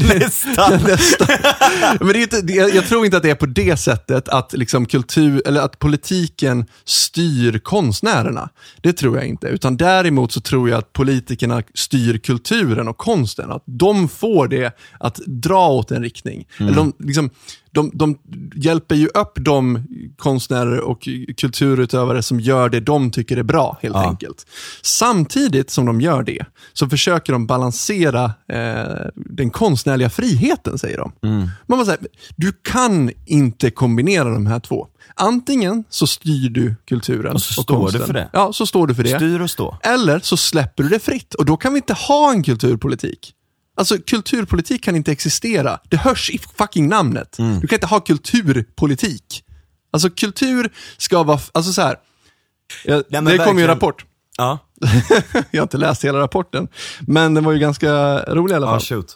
jag tror inte att det är på det sättet att liksom kultur eller att politiken styr konstnärerna. Det tror jag inte, utan däremot så tror jag att politikerna styr kulturen och konsten, att de får det att dra åt en riktning. Eller de hjälper ju upp de konstnärer och kulturutövare som gör det de tycker är bra, helt enkelt. Samtidigt som de gör det så försöker de balansera den konstnärliga friheten, säger de. Man bara säger, du kan inte kombinera de här två. Antingen så styr du kulturen och så och står konsten. du för det. Ja, så står du för det. Styr och stå. Eller så släpper du det fritt, och då kan vi inte ha en kulturpolitik. Alltså kulturpolitik kan inte existera. Det hörs i fucking namnet. Du kan inte ha kulturpolitik. Alltså kultur ska vara, alltså så här. Det kom ju en rapport. Ja. Jag har inte läst hela rapporten, men den var ju ganska rolig i alla fall. Shoot.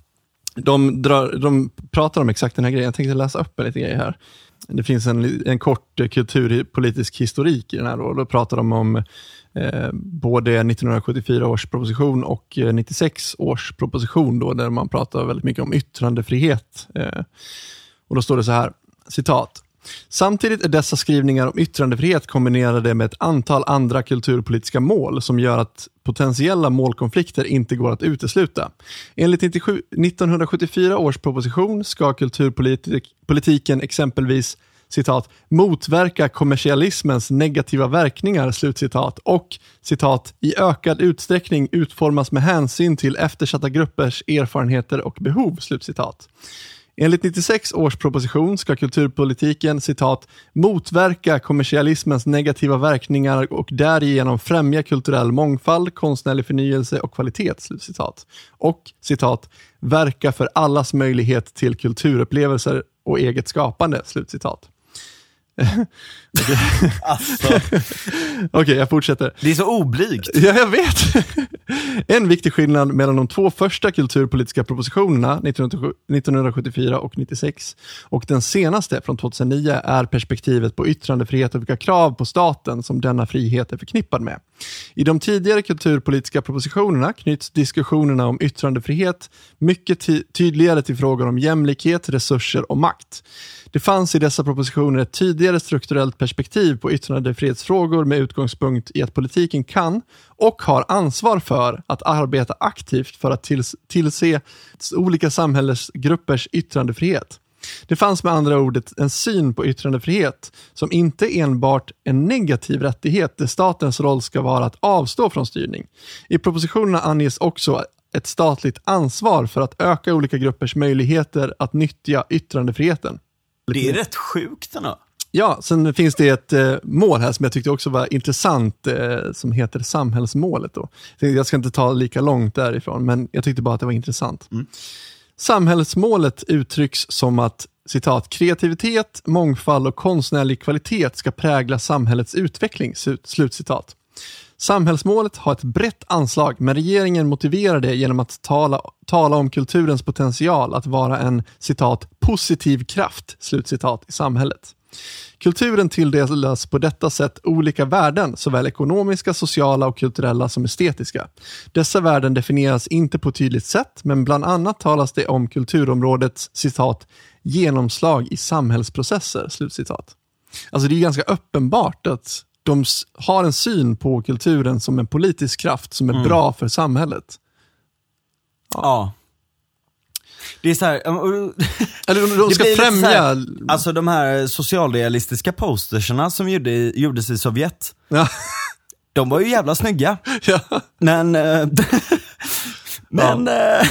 De pratar om exakt den här grejen. Jag tänkte läsa upp en liten grej här. Det finns en kort kulturpolitisk historik i den här då pratar de om både 1974 års proposition och 96 års proposition då, där man pratar väldigt mycket om yttrandefrihet. Och då står det så här, citat: samtidigt är dessa skrivningar om yttrandefrihet kombinerade med ett antal andra kulturpolitiska mål som gör att potentiella målkonflikter inte går att utesluta. Enligt 1974 års proposition ska kulturpolitiken exempelvis, citat, motverka kommersialismens negativa verkningar, slutcitat, och, citat, i ökad utsträckning utformas med hänsyn till eftersatta gruppers erfarenheter och behov, slutcitat. Enligt 96 års proposition ska kulturpolitiken, citat, motverka kommersialismens negativa verkningar och därigenom främja kulturell mångfald, konstnärlig förnyelse och kvalitet, slutcitat. Och, citat, verka för allas möjlighet till kulturupplevelser och eget skapande, slutcitat. Okej, jag fortsätter. Det är så oblygt. Ja, jag vet. En viktig skillnad mellan de två första kulturpolitiska propositionerna 1974 och 96 och den senaste från 2009 är perspektivet på yttrandefrihet och vilka krav på staten som denna frihet är förknippad med. I de tidigare kulturpolitiska propositionerna knyts diskussionerna om yttrandefrihet mycket tydligare till frågor om jämlikhet, resurser och makt. Det fanns i dessa propositioner ett tydligare strukturellt perspektiv på yttrandefrihetsfrågor med utgångspunkt i att politiken kan och har ansvar för att arbeta aktivt för att tillse olika samhällsgruppers yttrandefrihet. Det fanns med andra ord en syn på yttrandefrihet som inte enbart en negativ rättighet där statens roll ska vara att avstå från styrning. I propositionerna anges också ett statligt ansvar för att öka olika gruppers möjligheter att nyttja yttrandefriheten. Det är rätt sjukt ändå. Ja, sen finns det ett mål här som jag tyckte också var intressant som heter samhällsmålet då. Jag ska inte ta lika långt därifrån, men jag tyckte bara att det var intressant. Samhällsmålet uttrycks som att, citat, kreativitet, mångfald och konstnärlig kvalitet ska prägla samhällets utveckling, slutcitat. Samhällsmålet har ett brett anslag, men regeringen motiverar det genom att tala om kulturens potential att vara en, citat, positiv kraft, slutcitat, i samhället. Kulturen tilldelas på detta sätt olika värden, såväl ekonomiska, sociala och kulturella som estetiska. Dessa värden definieras inte på ett tydligt sätt, men bland annat talas det om kulturområdets, citat, genomslag i samhällsprocesser, slutcitat. Alltså det är ganska uppenbart att de har en syn på kulturen som en politisk kraft som är bra för samhället. Ja. Det är så här, eller de ska främja här, alltså de här socialrealistiska posterserna som gjordes i Sovjet. Ja. De var ju jävla snygga. Ja. Men men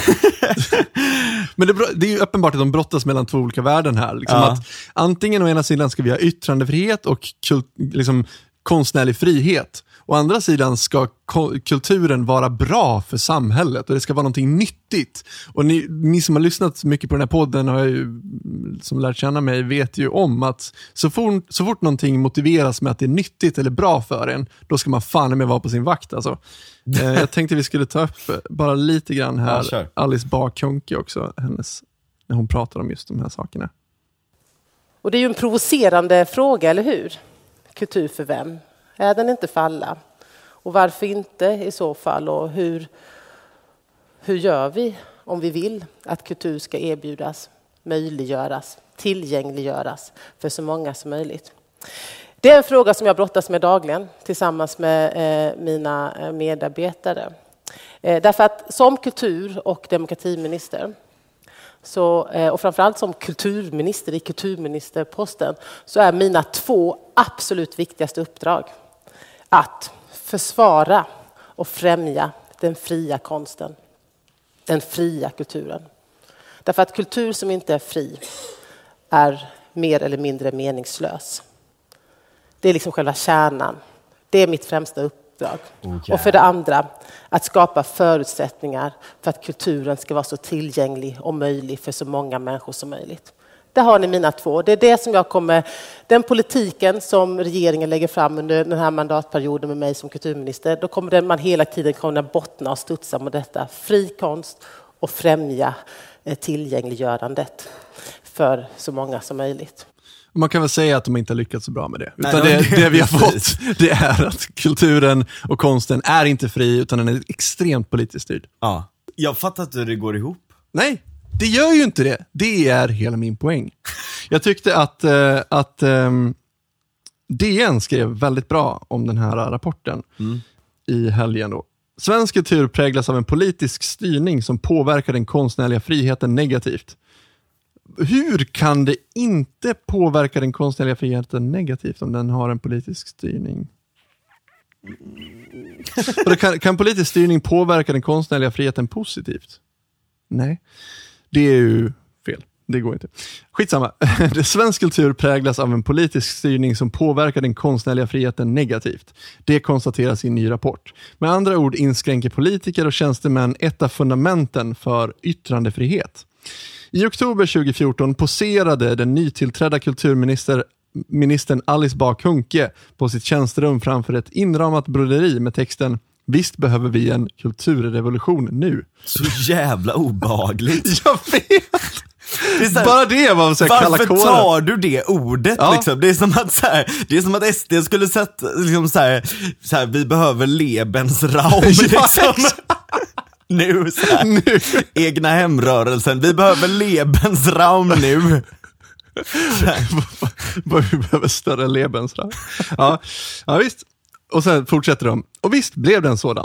det är ju uppenbart att de brottas mellan två olika värden här. Liksom att antingen å ena sidan ska vi ha yttrandefrihet och liksom konstnärlig frihet. Å andra sidan ska kulturen vara bra för samhället och det ska vara någonting nyttigt. Och ni som har lyssnat mycket på den här podden har ju, som lärt känna mig, vet ju om att så fort någonting motiveras med att det är nyttigt eller bra för en, då ska man fan med vara på sin vakt. Alltså. Jag tänkte vi skulle ta upp bara lite grann här, Ja, Alice Bah Kuhnke också, när hon pratar om just de här sakerna. Och det är ju en provocerande fråga, eller hur? Kultur för vem? Är den inte för alla? Och varför inte i så fall? Och hur gör vi om vi vill att kultur ska erbjudas, möjliggöras, tillgängliggöras för så många som möjligt? Det är en fråga som jag brottas med dagligen tillsammans med mina medarbetare. Därför att som kultur- och demokratiminister och framförallt som kulturminister i kulturministerposten så är mina 2 absolut viktigaste uppdrag att försvara och främja den fria konsten, den fria kulturen. Därför att kultur som inte är fri är mer eller mindre meningslös. Det är liksom själva kärnan. Det är mitt främsta uppdrag. Och för det andra, att skapa förutsättningar för att kulturen ska vara så tillgänglig och möjlig för så många människor som möjligt. Där har ni mina 2. Det är det som den politiken som regeringen lägger fram under den här mandatperioden med mig som kulturminister, då kommer man hela tiden kunna bottna och studsa med detta. Fri konst och främja tillgängliggörandet för så många som möjligt. Man kan väl säga att de inte har lyckats så bra med det. Utan det vi har fått, det är att kulturen och konsten är inte fri, utan den är extremt politiskt styrd. Ja. Jag fattar inte hur det går ihop. Nej, det gör ju inte det. Det är hela min poäng. Jag tyckte att DN skrev väldigt bra om den här rapporten i helgen då. Svensk kultur präglas av en politisk styrning som påverkar den konstnärliga friheten negativt. Hur kan det inte påverka den konstnärliga friheten negativt om den har en politisk styrning? Kan politisk styrning påverka den konstnärliga friheten positivt? Nej, det är ju fel. Det går inte. Skitsamma. Svensk kultur präglas av en politisk styrning som påverkar den konstnärliga friheten negativt. Det konstateras i en ny rapport. Med andra ord inskränker politiker och tjänstemän ett av fundamenten för yttrandefrihet. I oktober 2014 poserade den nytillträdda kulturministern Alice Bah Kuhnke på sitt tjänsterum framför ett inramat broderi med texten "Visst behöver vi en kulturrevolution nu." Så jävla obehagligt. Jag vet! Bara det var så här kalla kårar. Varför tar du det ordet liksom? Det är som att så här, det är som att SD skulle sätta liksom så här, vi behöver Lebensraum liksom. Nu så här. Nu. Egna hemrörelsen. Vi behöver Lebensraum nu. Vi behöver större Lebensraum. Ja, visst. Och sen fortsätter de. Och visst blev det en sådan.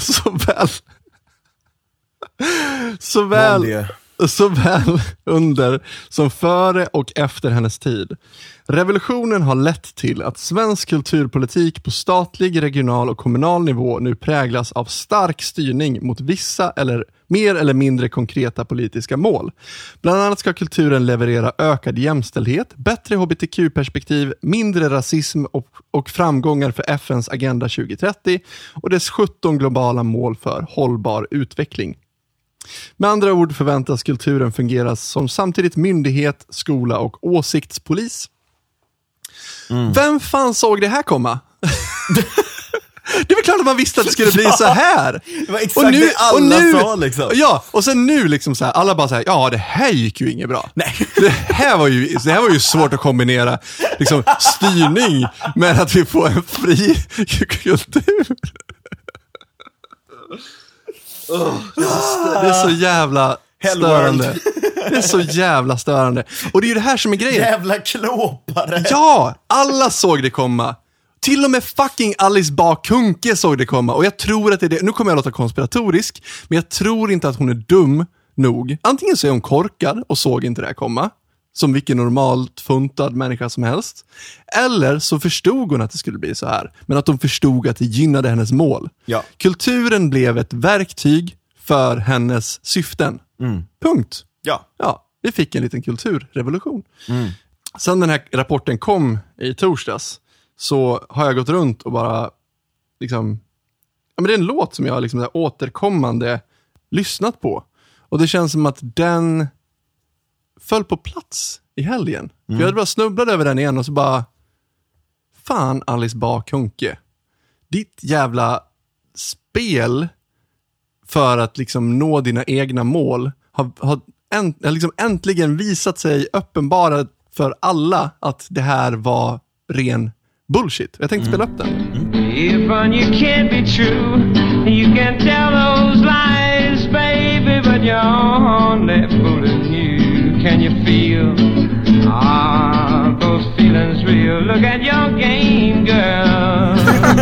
Såväl under som före och efter hennes tid. Revolutionen har lett till att svensk kulturpolitik på statlig, regional och kommunal nivå nu präglas av stark styrning mot vissa eller mer eller mindre konkreta politiska mål. Bland annat ska kulturen leverera ökad jämställdhet, bättre hbtq-perspektiv, mindre rasism och framgångar för FNs Agenda 2030 och dess 17 globala mål för hållbar utveckling. Med andra ord förväntas kulturen fungera som samtidigt myndighet, skola och åsiktspolis. Vem fan såg det här komma? Det var klart att man visste att det skulle bli så här. Det var exakt det alla sa liksom. Ja, och sen nu liksom så här, alla bara så här, ja det här gick ju inget bra. Nej. Det här var ju svårt att kombinera liksom styrning med att vi får en fri kultur. Det är så jävla störande. Det är så jävla störande. Och det är ju det här som är grejen. Jävla klåpare. Ja, alla såg det komma. Till och med fucking Alice Bah Kuhnke såg det komma. Och jag tror att det är det. Nu kommer jag låta konspiratorisk, men jag tror inte att hon är dum nog. Antingen så är hon korkad och såg inte det här komma, som vilken normalt funtad människa som helst. Eller så förstod hon att det skulle bli så här, men att de förstod att det gynnade hennes mål. Ja. Kulturen blev ett verktyg för hennes syften. Punkt. Ja, vi fick en liten kulturrevolution. Sen den här rapporten kom i torsdags så har jag gått runt och bara liksom, ja, men det är en låt som jag liksom så här återkommande lyssnat på. Och det känns som att den föll på plats i helgen. För jag hade bara snubblat över den igen och så bara, fan Alice Bah Kuhnke, ditt jävla spel för att liksom nå dina egna mål har liksom äntligen visat sig uppenbara för alla att det här var ren bullshit. Jag tänkte spela upp den. Even you can't be true, you can tell those lies, baby, but you're only fooling you. Can you feel those feelings real? Look at your game, girl.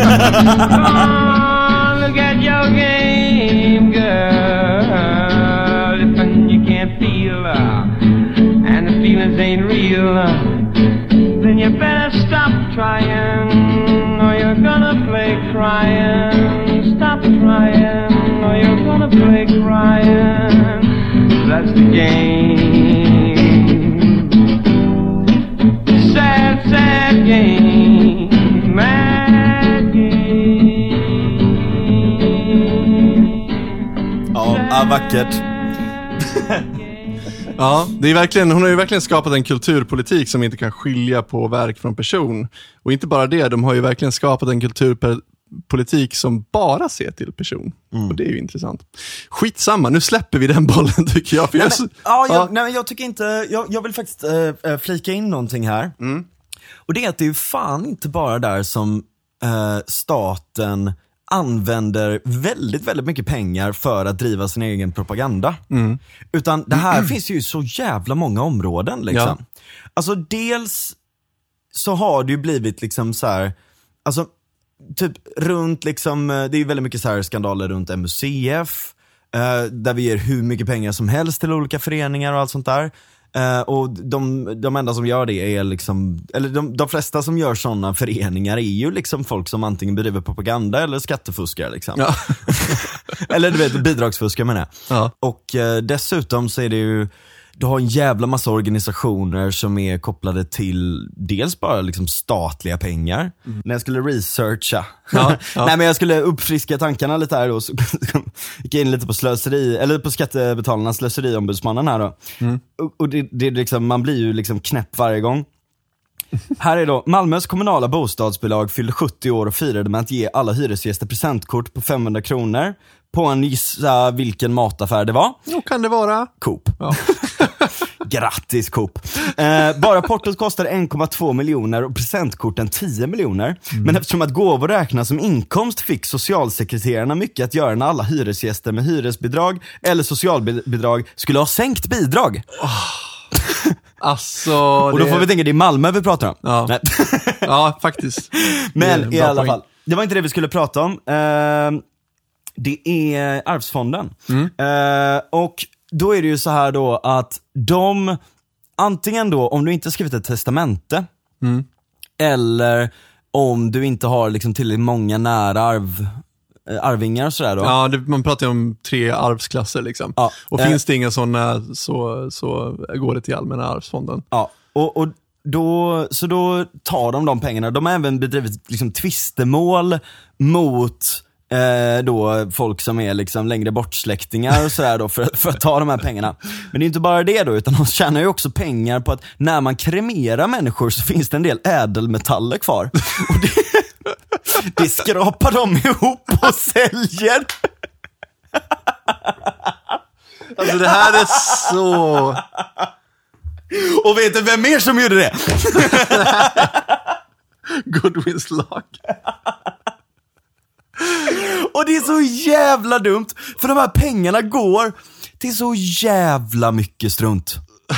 Oh, look at your game, girl. If you can't feel and the feelings ain't real, then you better stop trying, or you're gonna play crying. Stop trying, or you're gonna play crying. That's the game. Sad, sad game. Mad game. Ja, vackert. Ja, det är verkligen, hon har ju verkligen skapat en kulturpolitik som inte kan skilja på verk från person. Och inte bara det, de har ju verkligen skapat en kulturpolitik som bara ser till person. Och det är ju intressant. Skitsamma, nu släpper vi den bollen tycker jag. För jag tycker inte, jag vill faktiskt flika in någonting här. Och det är att det är ju fan inte bara där som staten använder väldigt, väldigt mycket pengar för att driva sin egen propaganda. Utan det här finns ju så jävla många områden liksom. Ja. Alltså dels så har det ju blivit liksom så här, alltså typ runt liksom, det är ju väldigt mycket så här skandaler runt MUCF där vi ger hur mycket pengar som helst till olika föreningar och allt sånt där. Och de enda som gör det är liksom, eller de flesta som gör sådana föreningar är ju liksom folk som antingen bedriver propaganda eller skattefuskar liksom. Ja. Eller du vet, bidragsfuskar menar jag. Ja. Och dessutom så är det ju, du har en jävla massa organisationer som är kopplade till dels bara liksom statliga pengar. När jag skulle researcha. Nej, men jag skulle uppfriska tankarna lite här då, så gick in lite på slöseri, eller på skattebetalarnas slöseriombudsmannen här då. Och det liksom, man blir ju liksom knäpp varje gång. Här är då, Malmös kommunala bostadsbolag fyllde 70 år och firade med att ge alla hyresgäster presentkort på 500 kronor på en gissa vilken mataffär det var. Då kan det vara Coop. Ja. Grattis Coop. Bara portot kostade 1,2 miljoner och presentkorten 10 miljoner. Men eftersom att gåvor räknas som inkomst fick socialsekreterarna mycket att göra när alla hyresgäster med hyresbidrag eller socialbidrag skulle ha sänkt bidrag. Alltså, och då får vi tänka, det är Malmö vi pratar om. Ja, ja faktiskt. Men i alla fall, det var inte det vi skulle prata om. Det är Arvsfonden. Och då är det ju så här då att de, antingen då om du inte skrivit ett testamente eller om du inte har liksom tillräckligt många nära arvingar och sådär då. Ja, man pratar ju om 3 arvsklasser liksom. Ja, och finns det inga sådana så går det till Allmänna Arvsfonden. Ja, och då tar de pengarna. De har även bedrivit liksom tvistemål mot då folk som är liksom längre bort släktingar och sådär då för att ta de här pengarna. Men det är inte bara det då, utan de tjänar ju också pengar på att när man kremerar människor så finns det en del ädelmetaller kvar. Och det skrapar de ihop och säljer. Alltså det här är så... Och vet du vem mer som gjorde det? Goodwins lag. Och det är så jävla dumt, för de här pengarna går till så jävla mycket strunt.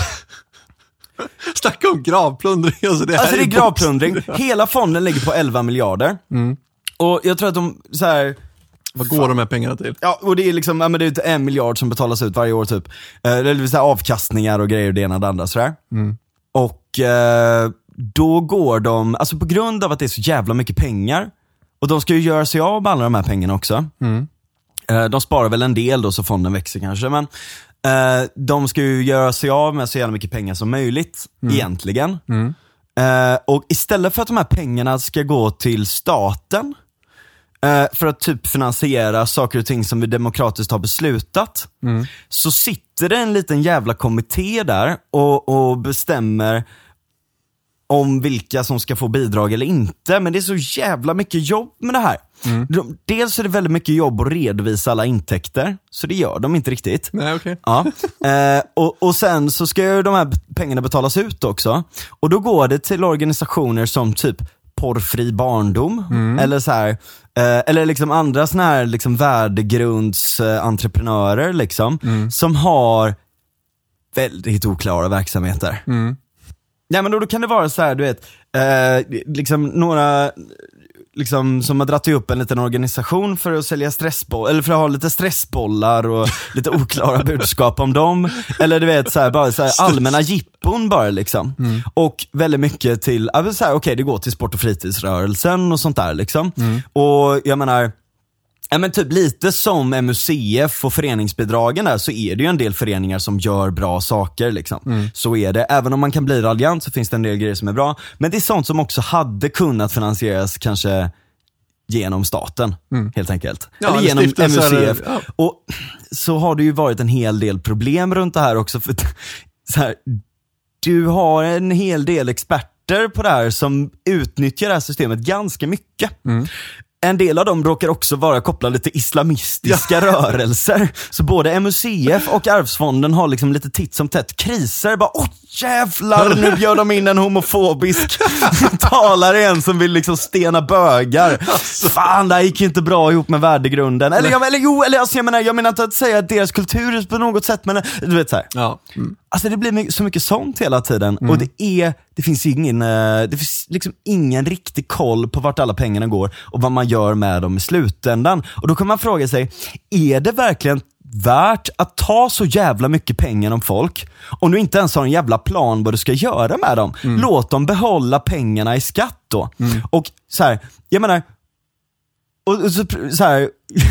Snacka om gravplundring. Alltså det är gravplundring. Hela fonden ligger på 11 miljarder. Och jag tror att de så här, vad går de här pengarna till? Ja, och det är liksom, ja, men det är 1 miljard som betalas ut varje år typ. Det vill säga avkastningar och grejer, det ena och det andra sådär. Och då går de, alltså på grund av att det är så jävla mycket pengar, och de ska ju göra sig av med alla de här pengarna också. De sparar väl en del då så fonden växer kanske, men de ska ju göra sig av med så jävla mycket pengar som möjligt egentligen. Och istället för att de här pengarna ska gå till staten för att typ finansiera saker och ting som vi demokratiskt har beslutat, så sitter det en liten jävla kommitté där och bestämmer om vilka som ska få bidrag eller inte. Men det är så jävla mycket jobb med det här. Dels är det väldigt mycket jobb att redovisa alla intäkter, så det gör de inte riktigt. Nej, okej. Ja. Och sen så ska ju de här pengarna betalas ut också. Och då går det till organisationer som typ Porrfri barndom eller så här, eller liksom andra såna här liksom värdegrundsentreprenörer liksom, som har väldigt oklara verksamheter. Ja, men då kan det vara så här, du vet, liksom några liksom, som har dratt upp en liten organisation för att sälja stressbollar, eller för att ha lite stressbollar och lite oklara budskap om dem, eller du vet så här, bara så här, allmänna jippon bara liksom. Och väldigt mycket till så här, okej, det går till sport- och fritidsrörelsen och sånt där liksom. Och jag menar, ja, men typ lite som MUCF och föreningsbidragen där, så är det ju en del föreningar som gör bra saker liksom. Så är det. Även om man kan bli raljant så finns det en del grejer som är bra. Men det är sånt som också hade kunnat finansieras kanske genom staten, helt enkelt. Ja, eller genom MUCF. Ja. Och så har det ju varit en hel del problem runt det här också. För så här, du har en hel del experter på det här som utnyttjar det här systemet ganska mycket. En del av dem råkar också vara kopplade till islamistiska rörelser. Så både MUCF och Arvsfonden har liksom lite titt som tätt kriser. Bara, jävlar, nu bjöd de in en homofobisk talare igen som vill liksom stena bögar. Fan, det gick ju inte bra ihop med värdegrunden. Jag menar inte att säga att deras kultur är på något sätt, men du vet så här. Ja. Alltså det blir så mycket sånt hela tiden. Och det finns liksom ingen riktig koll på vart alla pengarna går och vad man gör med dem i slutändan. Och då kan man fråga sig, är det verkligen värt att ta så jävla mycket pengar om folk om du inte ens har en jävla plan vad du ska göra med dem? Låt dem behålla pengarna i skatt då. Och så här, jag menar, och så här,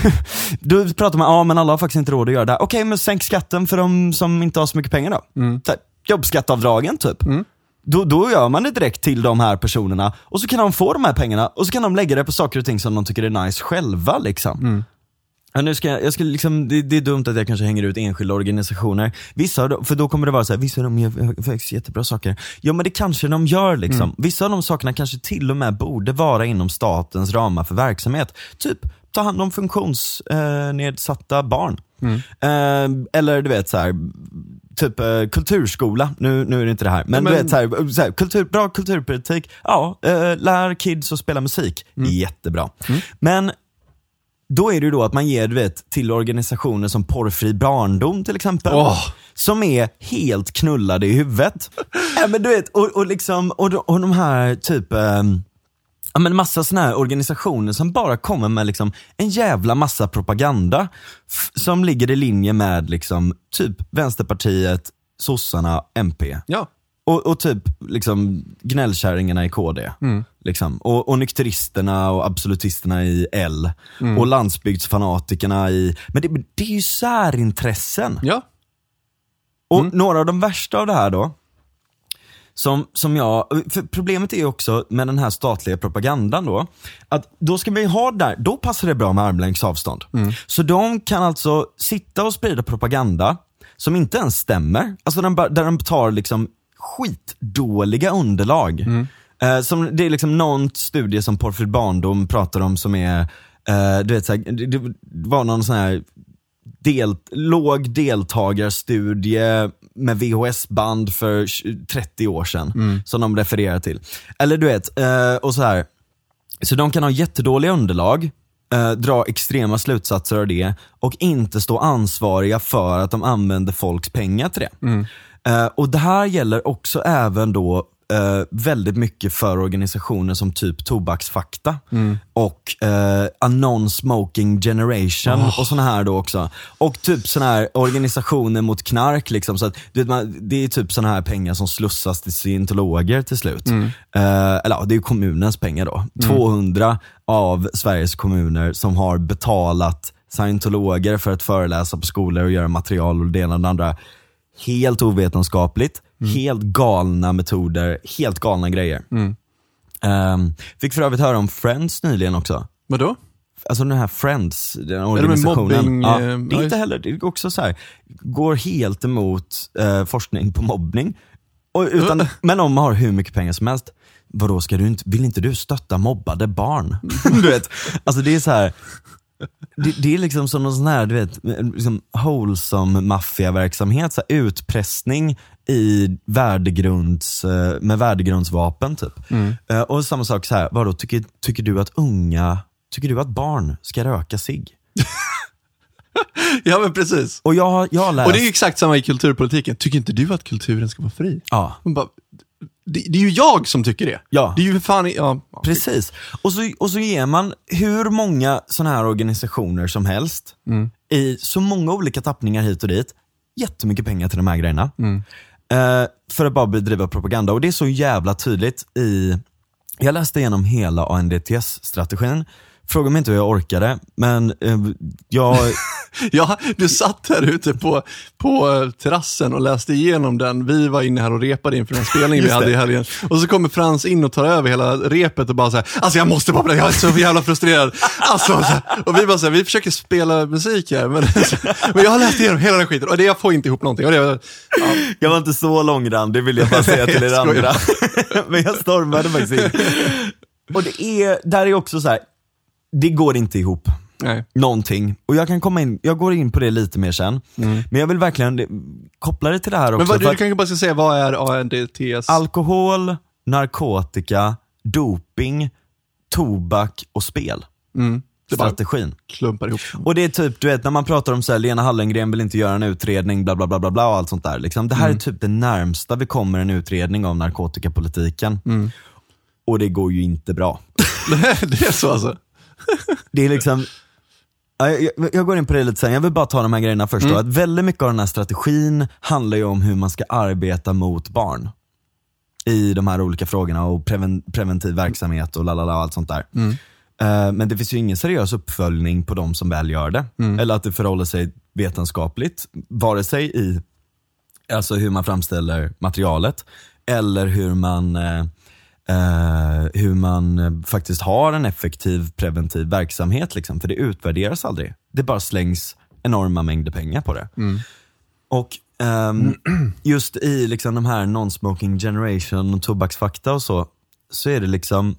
då pratar man, men alla har faktiskt inte råd att göra det. Okej, men sänk skatten för de som inte har så mycket pengar då. Så här, jobbskattavdragen typ. Då gör man det direkt till de här personerna och så kan de få de här pengarna och så kan de lägga det på saker och ting som de tycker är nice själva liksom. Ja, nu ska jag ska liksom, det är dumt att jag kanske hänger ut enskilda organisationer. Vissa, för då kommer det vara så här, vissa av dem gör faktiskt jättebra saker. Ja, men det kanske de gör liksom. Vissa av de sakerna kanske till och med borde vara inom statens ramar för verksamhet. Typ, ta hand om funktionsnedsatta barn. Eller du vet så här, typ kulturskola, nu är det inte det här, men du vet så här, bra kulturpolitik. Ja, lär kids att spela musik. Jättebra. Men då är det ju då att man ger, du vet, till organisationer som Porrfri barndom till exempel, som är helt knullade i huvudet. Ja, men du vet, och liksom, och de här typ ja, men massa såna här organisationer som bara kommer med liksom en jävla massa propaganda som ligger i linje med liksom typ Vänsterpartiet, sossarna, MP. Ja. Och typ liksom gnällkärringarna i KD liksom. Och nykteristerna och absolutisterna i L och landsbygdsfanatikerna i, men det är ju särintressen. Ja. Och några av de värsta av det här då, som jag, för problemet är ju också med den här statliga propagandan då, att då ska vi ha där, då passar det bra med armlängds avstånd. Så de kan alltså sitta och sprida propaganda som inte ens stämmer, alltså där de tar liksom skitdåliga underlag. Som det är liksom någon studie som Porrfri barndom pratar om som är du vet så här, det var någon sån här låg deltagarstudie med VHS-band för 30 år sedan som de refererar till. Eller du vet, och så här. Så de kan ha jättedåliga underlag, dra extrema slutsatser av det och inte stå ansvariga för att de använder folks pengar till det. Och det här gäller också även då väldigt mycket för organisationer som typ Tobaksfakta och A Non-Smoking Generation och såna här då också. Och typ såna här organisationer mot knark liksom, så att det är typ såna här pengar som slussas till scientologer till slut. Eller ja, det är ju kommunens pengar då. 200 av Sveriges kommuner som har betalat scientologer för att föreläsa på skolor och göra material och det ena och det andra. Helt ovetenskapligt, helt galna metoder, helt galna grejer. Fick för övrigt höra om Friends nyligen också. Vadå? Alltså den här Friends, den organisationen. Mobbing, det är inte heller, det är också så här, går helt emot forskning på mobbning. Men om man har hur mycket pengar som helst, vadå, vill inte du stötta mobbade barn? Du vet, alltså det är så här. Det är liksom som någon sån här, du vet, liksom wholesome maffiaverksamhet, så här, utpressning i med värdegrundsvapen typ. Och samma sak så här, vadå, tycker du att barn ska röka cigg? Ja, men precis. Och jag har läst... Och det är ju exakt samma i kulturpolitiken. Tycker inte du att kulturen ska vara fri? Ja. Det är ju jag som tycker det. Ja. Det är ju fan... Ja. Precis. Och så ger man hur många såna här organisationer som helst i så många olika tappningar hit och dit jättemycket pengar till de här grejerna. För att bara bedriva propaganda. Och det är så jävla tydligt jag läste igenom hela ANDTS-strategin. Fråga mig inte hur jag orkade, men jag... Ja, du satt här ute på terrassen och läste igenom den. Vi var inne här och repade inför den spelningen vi hade i helgen. Och så kommer Frans in och tar över hela repet och bara så här, alltså jag måste bara, jag är så jävla frustrerad. Alltså, så här, och vi bara så här, vi försöker spela musik här, men jag har läst igenom hela den skiten och jag får inte ihop någonting. Och det, Jag var inte så långrann, det vill jag bara säga till er andra. Men jag stormade faktiskt in. Och där är också så här, det går inte ihop. Nej. Någonting. Och jag går in på det lite mer sen. Men jag vill verkligen koppla det till det här också. Men du kanske bara ska säga, vad är ANDTS? Alkohol, narkotika, doping, tobak och spel. Strategin. Klumpar ihop. Och det är typ, du vet, när man pratar om så här, Lena Hallengren vill inte göra en utredning, bla bla bla bla bla och allt sånt där. Liksom. Det här är typ det närmsta vi kommer en utredning av narkotikapolitiken. Och det går ju inte bra. Det är så alltså. Det är liksom... Jag går in på det lite sen. Jag vill bara ta de här grejerna först då. Att väldigt mycket av den här strategin handlar ju om hur man ska arbeta mot barn i de här olika frågorna och preventiv verksamhet och lalala och allt sånt där. Men det finns ju ingen seriös uppföljning på de som väl gör det. Eller att det förhåller sig vetenskapligt, vare sig i alltså hur man framställer materialet eller hur man faktiskt har en effektiv preventiv verksamhet liksom. För det utvärderas aldrig. Det bara slängs enorma mängder pengar på det. Och just i liksom de här non-smoking generation och tobaksfakta och så är det liksom,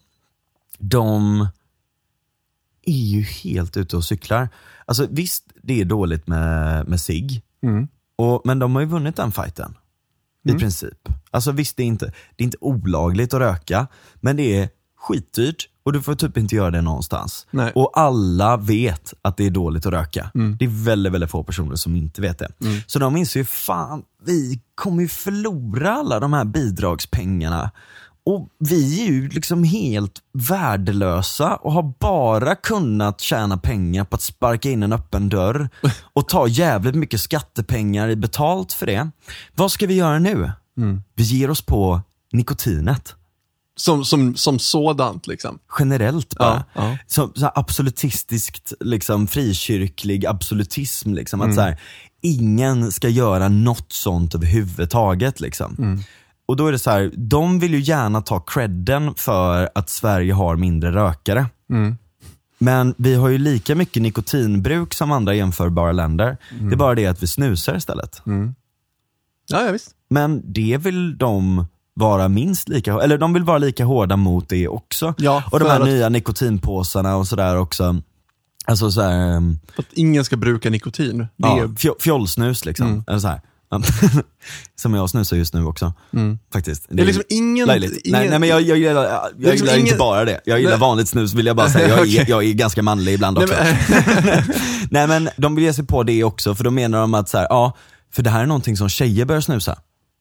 de är ju helt ute och cyklar. Alltså visst, det är dåligt med cigg. Men de har ju vunnit den fighten. I princip. Alltså visst, det är inte olagligt att röka, men det är skitdyrt och du får typ inte göra det någonstans. Nej. Och alla vet att det är dåligt att röka. Det är väldigt, väldigt få personer som inte vet det. Så de inser ju, fan, vi kommer ju förlora alla de här bidragspengarna. Och vi är ju liksom helt värdelösa och har bara kunnat tjäna pengar på att sparka in en öppen dörr och ta jävligt mycket skattepengar i betalt för det. Vad ska vi göra nu? Vi ger oss på nikotinet. Som sådant liksom. Generellt bara. Ja. Så här absolutistiskt liksom, frikyrklig absolutism liksom. Att så här, ingen ska göra något sånt överhuvudtaget liksom. Och då är det så här, de vill ju gärna ta credden för att Sverige har mindre rökare. Men vi har ju lika mycket nikotinbruk som andra jämförbara länder. Det är bara det att vi snusar istället. Ja, visst. Men det vill de vara minst lika, eller de vill vara lika hårda mot det också. Ja, och de här nya nikotinpåsarna och sådär också. Alltså så här, för att ingen ska bruka nikotin. Det är... fjollsnus liksom. Eller så här. Som jag snusar just nu också. Faktiskt. Det är liksom ingen... Nej, men jag gillar liksom inte bara det. Jag gillar vanligt snus, vill jag bara säga. Jag är ganska manlig ibland också. Nej, men de vill ge sig på det också. För då menar de att så här, ja, för det här är någonting som tjejer bör snusa.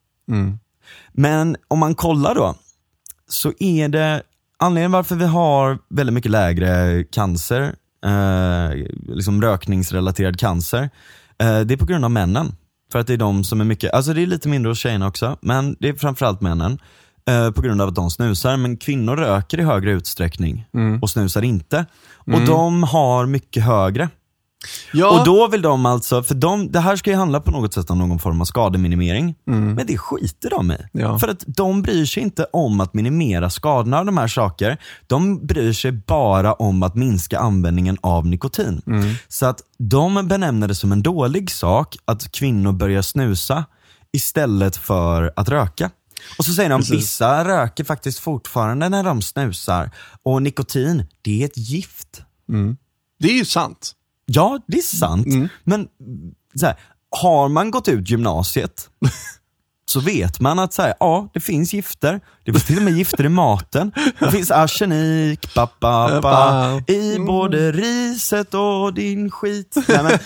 Men om man kollar då, så är det anledningen varför vi har väldigt mycket lägre cancer, liksom rökningsrelaterad cancer, det är på grund av männen. För att det är de som är mycket, alltså det är lite mindre hos tjejerna också, men det är framförallt männen, på grund av att de snusar. Men kvinnor röker i högre utsträckning och snusar inte. Och de har mycket högre. Ja. Och då vill de alltså, för det här ska ju handla på något sätt om någon form av skademinimering. Men det skiter de i. Ja. För att de bryr sig inte om att minimera skadorna av de här saker. De bryr sig bara om att minska användningen av nikotin. Så att de benämner det som en dålig sak att kvinnor börjar snusa istället för att röka. Och så säger de, vissa röker faktiskt fortfarande när de snusar. Och nikotin, det är ett gift. Det är ju sant. Ja, det är sant. Men så här, har man gått ut gymnasiet så vet man att så här, ja, det finns gifter. Det finns till och med gifter i maten. Det finns arsenik, i både riset och din skit. Nej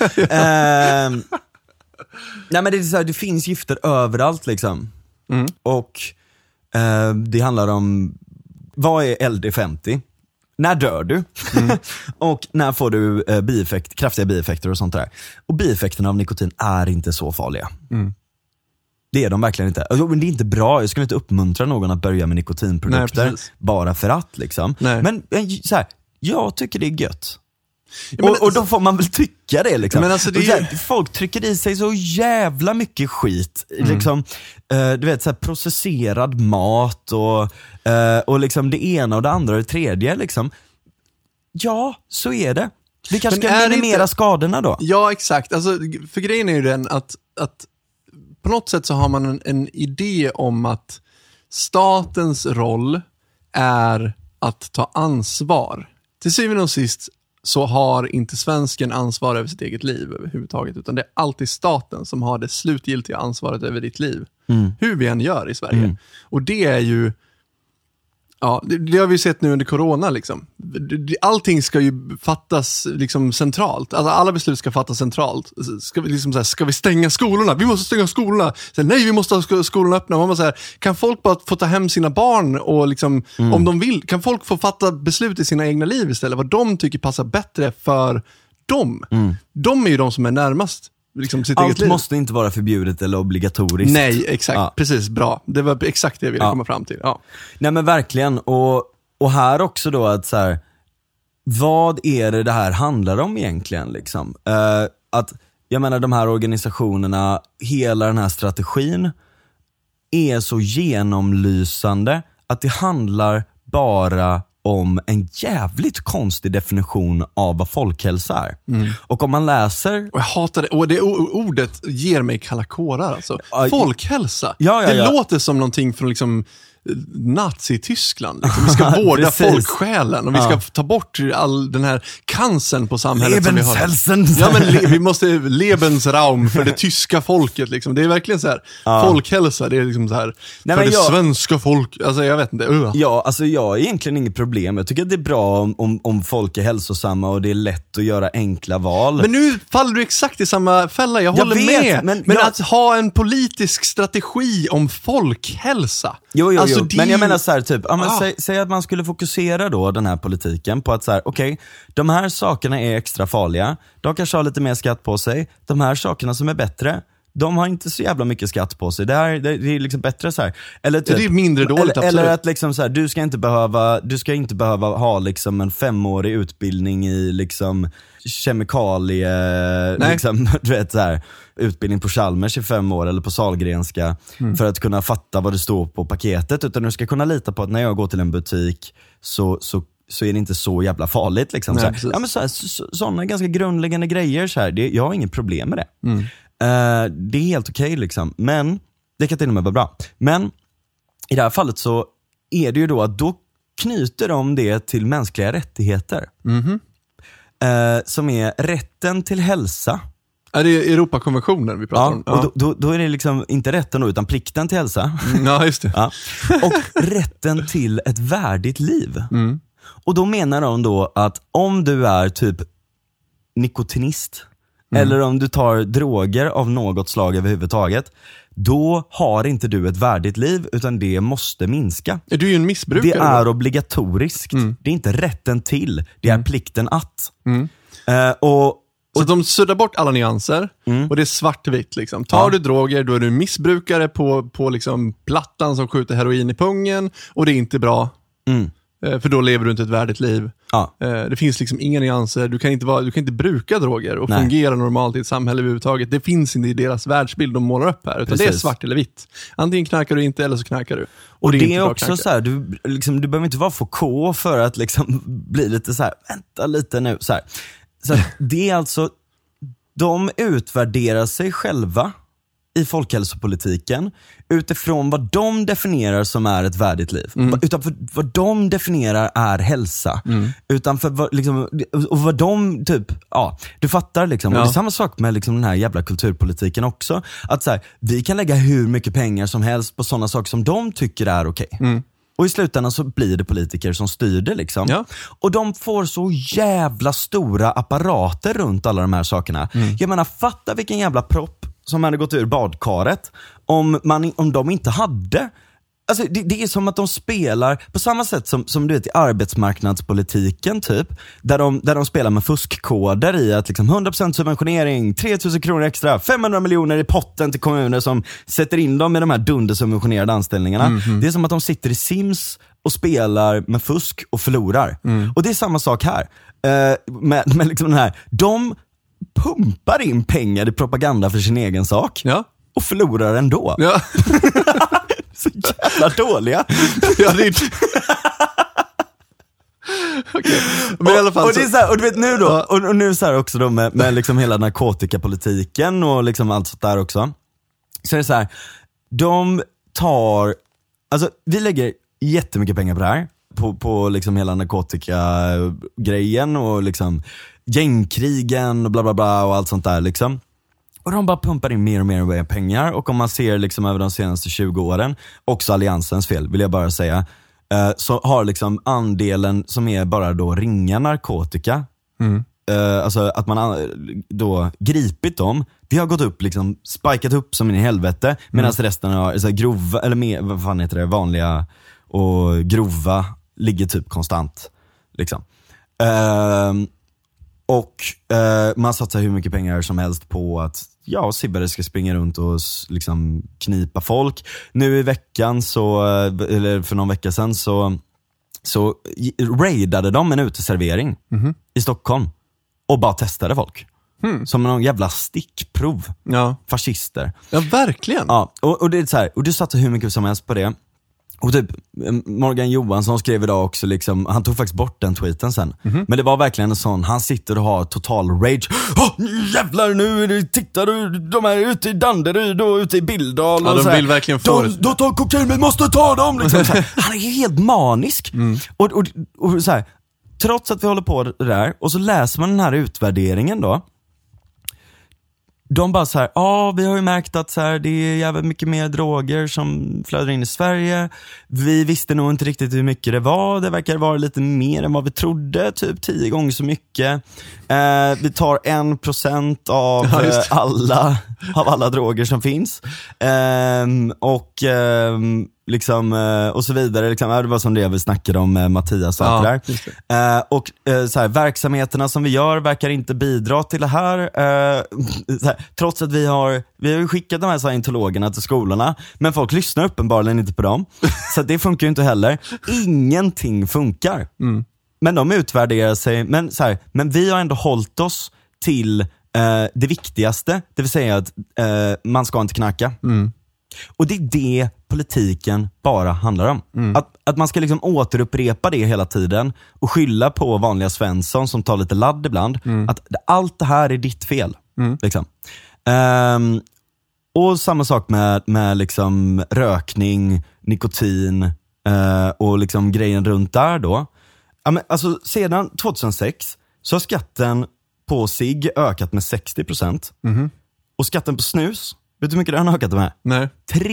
men det är så här, det finns gifter överallt liksom. Och det handlar om, vad är LD50? När dör du? Och när får du kraftiga bieffekter och sånt där. Och bieffekterna av nikotin är inte så farliga. Det är de verkligen inte. Men det är inte bra. Jag skulle inte uppmuntra någon att börja med nikotinprodukter. bara för att liksom. Men så här, jag tycker det är gött. Ja, och då får man väl tycka det liksom. Men alltså folk trycker i sig så jävla mycket skit liksom, du vet så här, processerad mat och liksom det ena och det andra och det tredje liksom. Ja, så är det. Vi kanske ska minimera skadorna då. Ja, exakt. Alltså, för grejen är ju den att på något sätt så har man en idé om att statens roll är att ta ansvar. Till syvende och sist så har inte svensken ansvar över sitt eget liv överhuvudtaget, utan det är alltid staten som har det slutgiltiga ansvaret över ditt liv. Hur vi än gör i Sverige. Och det är ju, ja, det har vi sett nu under corona liksom. Allting ska ju fattas liksom centralt. Alltså alla beslut ska fattas centralt. Ska vi liksom så här, ska vi stänga skolorna? Vi måste stänga skolorna. Så, nej, vi måste ha skolorna öppna. Man måste så här, kan folk bara få ta hem sina barn och liksom, om de vill, kan folk få fatta beslut i sina egna liv istället, vad de tycker passar bättre för dem. De är ju de som är närmast liksom sitt eget liv. Allt måste inte vara förbjudet eller obligatoriskt. Nej, exakt. Precis, bra. Det var exakt det jag ville komma fram till. Ja. Nej men verkligen. Och här också då att så här, vad är det här handlar om egentligen liksom? Att jag menar de här organisationerna, hela den här strategin är så genomlysande att det handlar bara om en jävligt konstig definition av vad folkhälsa är. Och om man läser... Och jag hatar det. Och det ordet ger mig kalla kårar alltså. Folkhälsa. Ja. Det låter som någonting från liksom Nazi-Tyskland. Liksom. Vi ska vårda folksjälen och vi ska ta bort all den här cancern på samhället som vi har. Ja, men vi måste Lebensraum för det tyska folket. Liksom. Det är verkligen så här, folkhälsa, det är liksom så här, för det svenska folk. Alltså jag vet inte. Ja, alltså jag har egentligen inget problem. Jag tycker att det är bra om folk är hälsosamma och det är lätt att göra enkla val. Men nu faller du exakt i samma fälla. Jag håller med. Men att ha en politisk strategi om folkhälsa. Jo. Alltså, men jag menar så här, typ, säg att man skulle fokusera då den här politiken på att så här, okej, de här sakerna är extra farliga. De kanske har lite mer skatt på sig. De här sakerna som är bättre, de har inte så jävla mycket skatt på sig. Det är liksom bättre så här. Eller typ, det är mindre dåligt, eller att liksom så här, du ska inte behöva ha liksom en 5-årig utbildning i liksom liksom, du vet så här, utbildning på Chalmers i 5 år eller på Sahlgrenska för att kunna fatta vad det står på paketet, utan du ska kunna lita på att när jag går till en butik så är det inte så jävla farligt liksom. Nej, så här, ja, men sådana ganska grundläggande grejer så här, jag har inget problem med det. Det är helt okej liksom, men det kan till och med vara bra. Men i det här fallet så är det ju då att då knyter de det till mänskliga rättigheter. Som är rätten till hälsa. Är det Europakonventionen vi pratar om? Ja, och då är det liksom inte rätten då, utan plikten till hälsa. Ja, just det. Ja. Och rätten till ett värdigt liv. Och då menar de då att om du är typ nikotinist eller om du tar droger av något slag överhuvudtaget, då har inte du ett värdigt liv, utan det måste minska. Är du ju en missbrukare? Det är obligatoriskt. Det är inte rätten till, det är plikten att. Så de suddar bort alla nyanser och det är svartvitt liksom. Tar du droger, då är du missbrukare på liksom plattan som skjuter heroin i pungen och det är inte bra. För då lever du inte ett värdigt liv. Ja. Det finns liksom inga nyanser. Du kan inte bruka droger och fungera normalt i ett samhälle överhuvudtaget. Det finns inte i deras världsbild de målar upp här. Utan det är svart eller vitt. Antingen knarkar du inte eller så knarkar du. Och det är också så här, du behöver inte vara Foucault för att liksom bli lite så här, vänta lite nu. Så det är alltså, de utvärderar sig själva i folkhälsopolitiken utifrån vad de definierar som är ett värdigt liv. Utanför vad de definierar är hälsa. Utanför vad, liksom, och vad de typ, du fattar liksom. Och det är samma sak med liksom den här jävla kulturpolitiken också. Att så här, vi kan lägga hur mycket pengar som helst på sådana saker som de tycker är okej. Och i slutändan så blir det politiker som styr det liksom. Ja. Och de får så jävla stora apparater runt alla de här sakerna. Jag menar, fatta vilken jävla propp som hade gått ur badkaret om de inte hade. Alltså det är som att de spelar på samma sätt som du vet i arbetsmarknadspolitiken typ, där de spelar med fuskkoder i att liksom 100% subventionering, 3000 kronor extra, 500 miljoner i potten till kommuner som sätter in dem med de här dundersubventionerade anställningarna. Det är som att de sitter i Sims och spelar med fusk och förlorar. Och det är samma sak här. Med liksom den här, de pumpar in pengar i propaganda för sin egen sak och förlorar ändå. Ja. Så jävla dåliga. Ja, det är okay. Men i alla fall och det är så här, och du vet nu då, och nu så här också då med liksom hela narkotikapolitiken och liksom allt sånt där också. Så är det så här, alltså vi lägger jättemycket pengar på det här, på liksom hela narkotikagrejen och liksom gängkrigen och bla bla bla och allt sånt där liksom. Och de bara pumpar in mer och mer pengar. Och om man ser liksom över de senaste 20 åren, också alliansens fel vill jag bara säga, så har liksom andelen som är bara då ringa narkotika, alltså att man då gripit dem, det har gått upp liksom, spikat upp som i helvete, medan resten har så grova, eller mer, vad fan heter det, vanliga och grova ligger typ konstant liksom. Och man satsar hur mycket pengar som helst på att Sibbare ska springa runt och liksom knipa folk. Nu i veckan eller för någon vecka sedan så raidade de en uteservering i Stockholm och bara testade folk. Som någon jävla stickprov. Ja. Fascister. Ja, verkligen. Ja, och det är så här, och du satsar hur mycket som helst på det. Och typ Morgan Johansson skrev idag också liksom, han tog faktiskt bort den tweeten sen. Men det var verkligen en sån, han sitter och har total rage. Jävlar, nu tittar du, de är ute i Danderyd och ute i Billdal. Ja, och de vill verkligen få det. De tar kokain, men måste ta dem liksom. Så här, han är helt manisk. Och så här, trots att vi håller på det där, och så läser man den här utvärderingen då. De bara så här, vi har ju märkt att så här, det är jävligt mycket mer droger som flödar in i Sverige. Vi visste nog inte riktigt hur mycket det var. Det verkar vara lite mer än vad vi trodde, typ 10 gånger så mycket. Vi tar 1% av alla droger som finns. Liksom, och så vidare liksom, det var som det vi snackade om med Mattias och allt det där. Och så här, verksamheterna som vi gör verkar inte bidra till det här, så här, trots att vi har skickat de här scientologerna till skolorna, men folk lyssnar uppenbarligen inte på dem. Så det funkar ju inte heller. Ingenting funkar. Men de utvärderar sig, men vi har ändå hållit oss till det viktigaste, det vill säga att man ska inte knacka. Och det är det politiken bara handlar om. Att man ska liksom återupprepa det hela tiden och skylla på vanliga Svensson som tar lite ladd ibland. Att allt det här är ditt fel. Liksom. Och samma sak med liksom rökning, nikotin och liksom grejen runt där då. Ja, men alltså, sedan 2006 så har skatten på cigg ökat med 60%. Och skatten på snus, vet du hur mycket den har ökat med? Nej.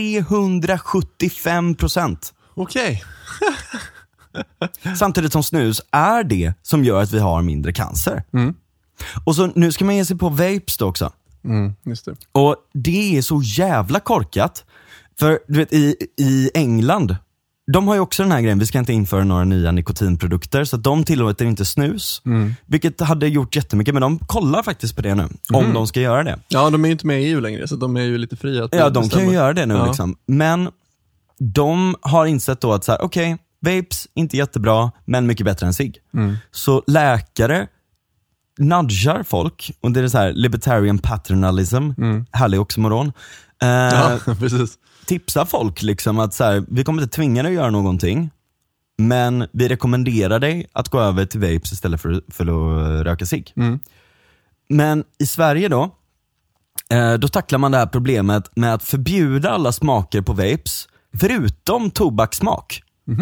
375%. Okej. Samtidigt som snus är det som gör att vi har mindre cancer. Och så nu ska man ge sig på vapes då också. Just det. Och det är så jävla korkat. För du vet, i England, de har ju också den här grejen, vi ska inte införa några nya nikotinprodukter, så att de tillåter inte snus. Vilket hade gjort jättemycket, men de kollar faktiskt på det nu, om de ska göra det. Ja, de är ju inte med i EU längre, så de är ju lite fria att de kan ju göra det nu liksom. Men de har insett då att så här, okej, vapes, inte jättebra, men mycket bättre än cigg. Så läkare nudgar folk, och det är så här libertarian paternalism, härlig oxymoron. Ja, precis. Tipsar folk liksom att så här, vi kommer inte tvinga dig att göra någonting, men vi rekommenderar dig att gå över till vapes istället för att röka cigg. Men i Sverige då tacklar man det här problemet med att förbjuda alla smaker på vapes förutom tobakssmak.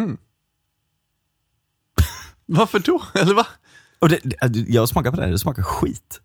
Varför då? Eller va? Och jag smakar på det smakar skit.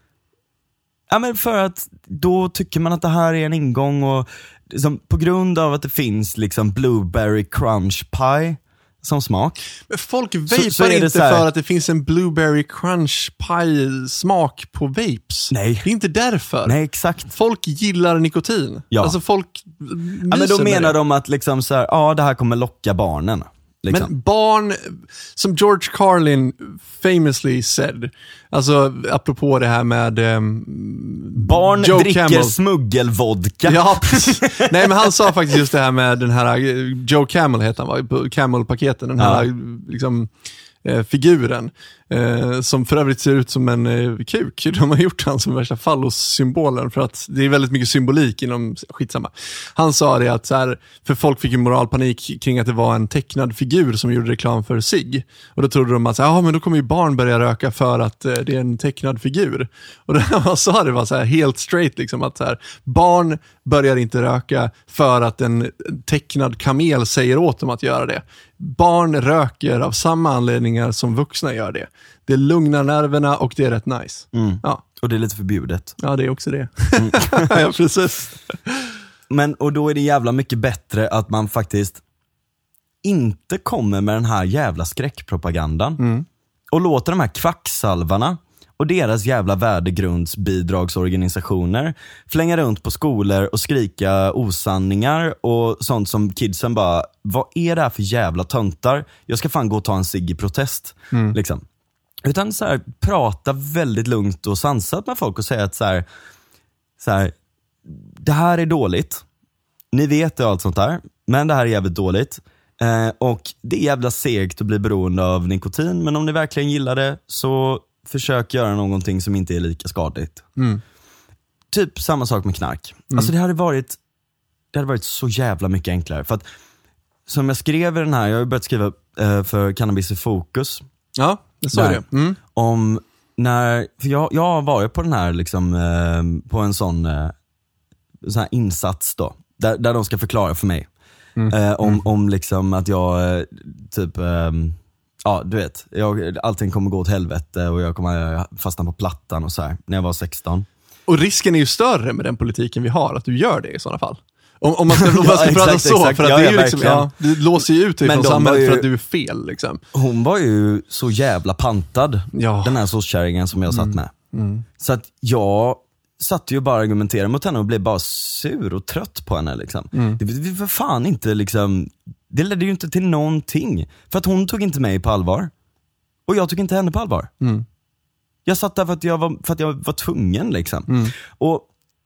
Ja, men för att då tycker man att det här är en ingång, och liksom, på grund av att det finns liksom blueberry crunch pie som smak. Men folk vapar inte för att det finns en blueberry crunch pie smak på vapes. Nej. Det är inte därför. Nej, exakt. Folk gillar nikotin. Ja. Alltså folk men då menar de att liksom så här, det här kommer locka barnen. Liksom. Men barn, som George Carlin famously said, alltså apropå det här med barn Joe dricker Camel. smuggelvodka. Ja, precis. Nej, men han sa faktiskt just det här med den här Joe Camel heter han, va? Camel-paketen, den här liksom figuren som för övrigt ser ut som en kuk. De har gjort han som värsta fallossymbolen, för att det är väldigt mycket symbolik inom skitsamma. Han sa det att så här, för folk fick ju moralpanik kring att det var en tecknad figur som gjorde reklam för cigg. Och då trodde de att men då kommer ju barn börja röka för att det är en tecknad figur. Och det han sa det var så här helt straight liksom, att så här, barn börjar inte röka för att en tecknad kamel säger åt dem att göra det. Barn röker av samma anledningar som vuxna gör det. Det lugnar nerverna och det är rätt nice. Ja. Och det är lite förbjudet. Ja, det är också det. Ja, precis. Och då är det jävla mycket bättre att man faktiskt inte kommer med den här jävla skräckpropagandan. Och låter de här kvacksalvarna och deras jävla värdegrundsbidragsorganisationer flänga runt på skolor och skrika osanningar och sånt som kidsen bara, vad är det här för jävla töntar? Jag ska fan gå och ta en cigg i protest. Liksom. Utan så här, prata väldigt lugnt och sansat med folk och säga att så här, det här är dåligt. Ni vet det, allt sånt där, men det här är jävligt dåligt. Och det är jävla segt att bli beroende av nikotin, men om ni verkligen gillar det så försök göra någonting som inte är lika skadligt. Typ samma sak med knark. Alltså det hade varit så jävla mycket enklare. För att, som jag skrev i den här, jag har börjat skriva för Cannabis i fokus. Ja, jag såg det. Om när, för jag har varit på den här liksom, på en sån här insats då, där de ska förklara för mig om liksom att jag typ ja, du vet, allting kommer gå åt helvete och jag kommer fastna på plattan och så här, när jag var 16. Och risken är ju större med den politiken vi har, att du gör det i sådana fall. Om man ska prata så, för att det är ju liksom, det låser ju ut dig från samhället för att du är fel liksom. Hon var ju så jävla pantad, den här soskärringen som jag satt med. Så att jag satt ju bara och argumenterade mot henne och blev bara sur och trött på henne liksom. Det var fan inte liksom, det ledde ju inte till någonting. För att hon tog inte mig på allvar. Och jag tog inte henne på allvar. Jag satt där för att jag var tvungen liksom. Och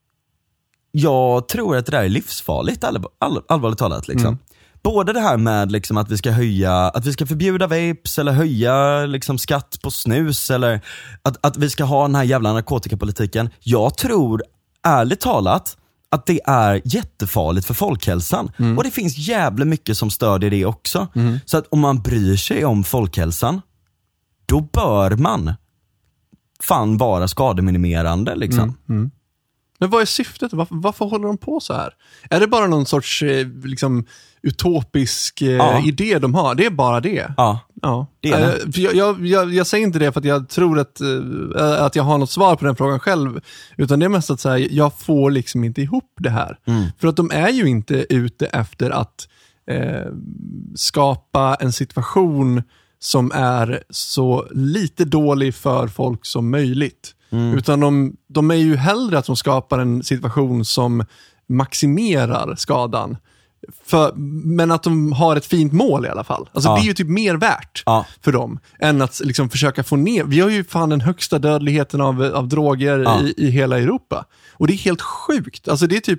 jag tror att det där är livsfarligt, allvarligt talat liksom. Både det här med liksom att vi ska förbjuda vapes eller höja liksom skatt på snus, eller att vi ska ha den här jävla narkotikapolitiken. Jag tror ärligt talat att det är jättefarligt för folkhälsan. Och det finns jävla mycket som stödjer det också. Så att om man bryr sig om folkhälsan, då bör man fan vara skademinimerande liksom. Men vad är syftet? Varför håller de på så här? Är det bara någon sorts liksom utopisk idé de har? Det är bara det? Ja. Det är det. För jag säger inte det för att jag tror att jag har något svar på den frågan själv, utan det är mest att säga, jag får liksom inte ihop det här. För att de är ju inte ute efter att skapa en situation som är så lite dålig för folk som möjligt. Utan de är ju hellre att de skapar en situation som maximerar skadan. Men att de har ett fint mål i alla fall. Alltså det är ju typ mer värt för dem än att liksom försöka få ner. Vi har ju fan den högsta dödligheten av droger i hela Europa. Och det är helt sjukt. Alltså det är typ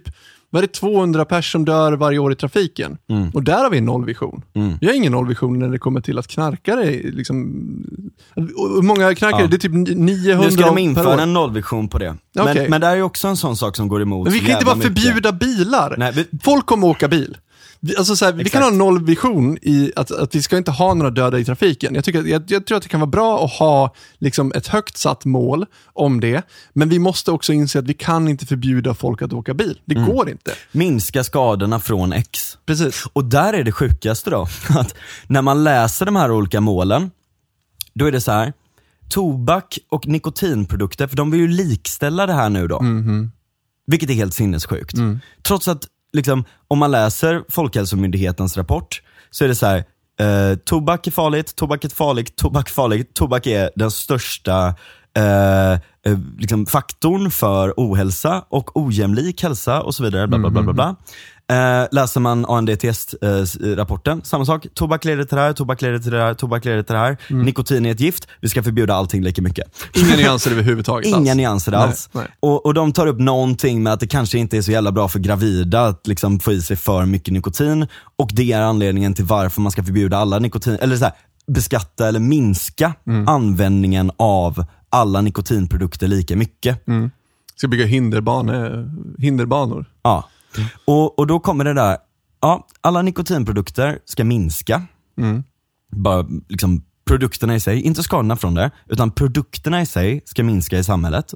Vad är det 200 personer som dör varje år i trafiken? Och där har vi en nollvision. Vi har ingen nollvision när det kommer till att knarkare liksom... Många knarkare, det är typ 900 Nu ska de per införa år. en nollvision på det. Okay. Men det är ju också en sån sak som går emot. Men vi kan inte bara förbjuda bilar. Nej, Folk kommer åka bil. Vi kan ha en nollvision i att vi ska inte ha några döda i trafiken. Jag tror att det kan vara bra att ha liksom ett högt satt mål om det. Men vi måste också inse att vi kan inte förbjuda folk att åka bil. Det går inte. Minska skadorna från X. Precis. Och där är det sjukaste då. Att när man läser de här olika målen, då är det så här: tobak och nikotinprodukter, för de vill ju likställa det här nu då. Vilket är helt sinnessjukt. Trots att liksom, om man läser Folkhälsomyndighetens rapport så är det så här: tobak är farligt, tobak är farligt, tobak är den största liksom faktorn för ohälsa och ojämlik hälsa och så vidare, bla bla bla bla bla. Läser man ANDTS-rapporten, samma sak. Tobak leder till det här, tobak leder till det här, tobak leder till det här. Nikotin är ett gift, vi ska förbjuda allting lika mycket. Inga nyanser överhuvudtaget. Inga nyanser alls. Nej. Och de tar upp någonting med att det kanske inte är så jävla bra för gravida att liksom få i sig för mycket nikotin. Och det är anledningen till varför man ska förbjuda alla nikotin, eller så här, beskatta eller minska användningen av alla nikotinprodukter lika mycket. Ska bygga hinderbanor. Ja. Och då kommer det där, alla nikotinprodukter ska minska. Bara liksom produkterna i sig, inte skadorna från det, utan produkterna i sig ska minska i samhället.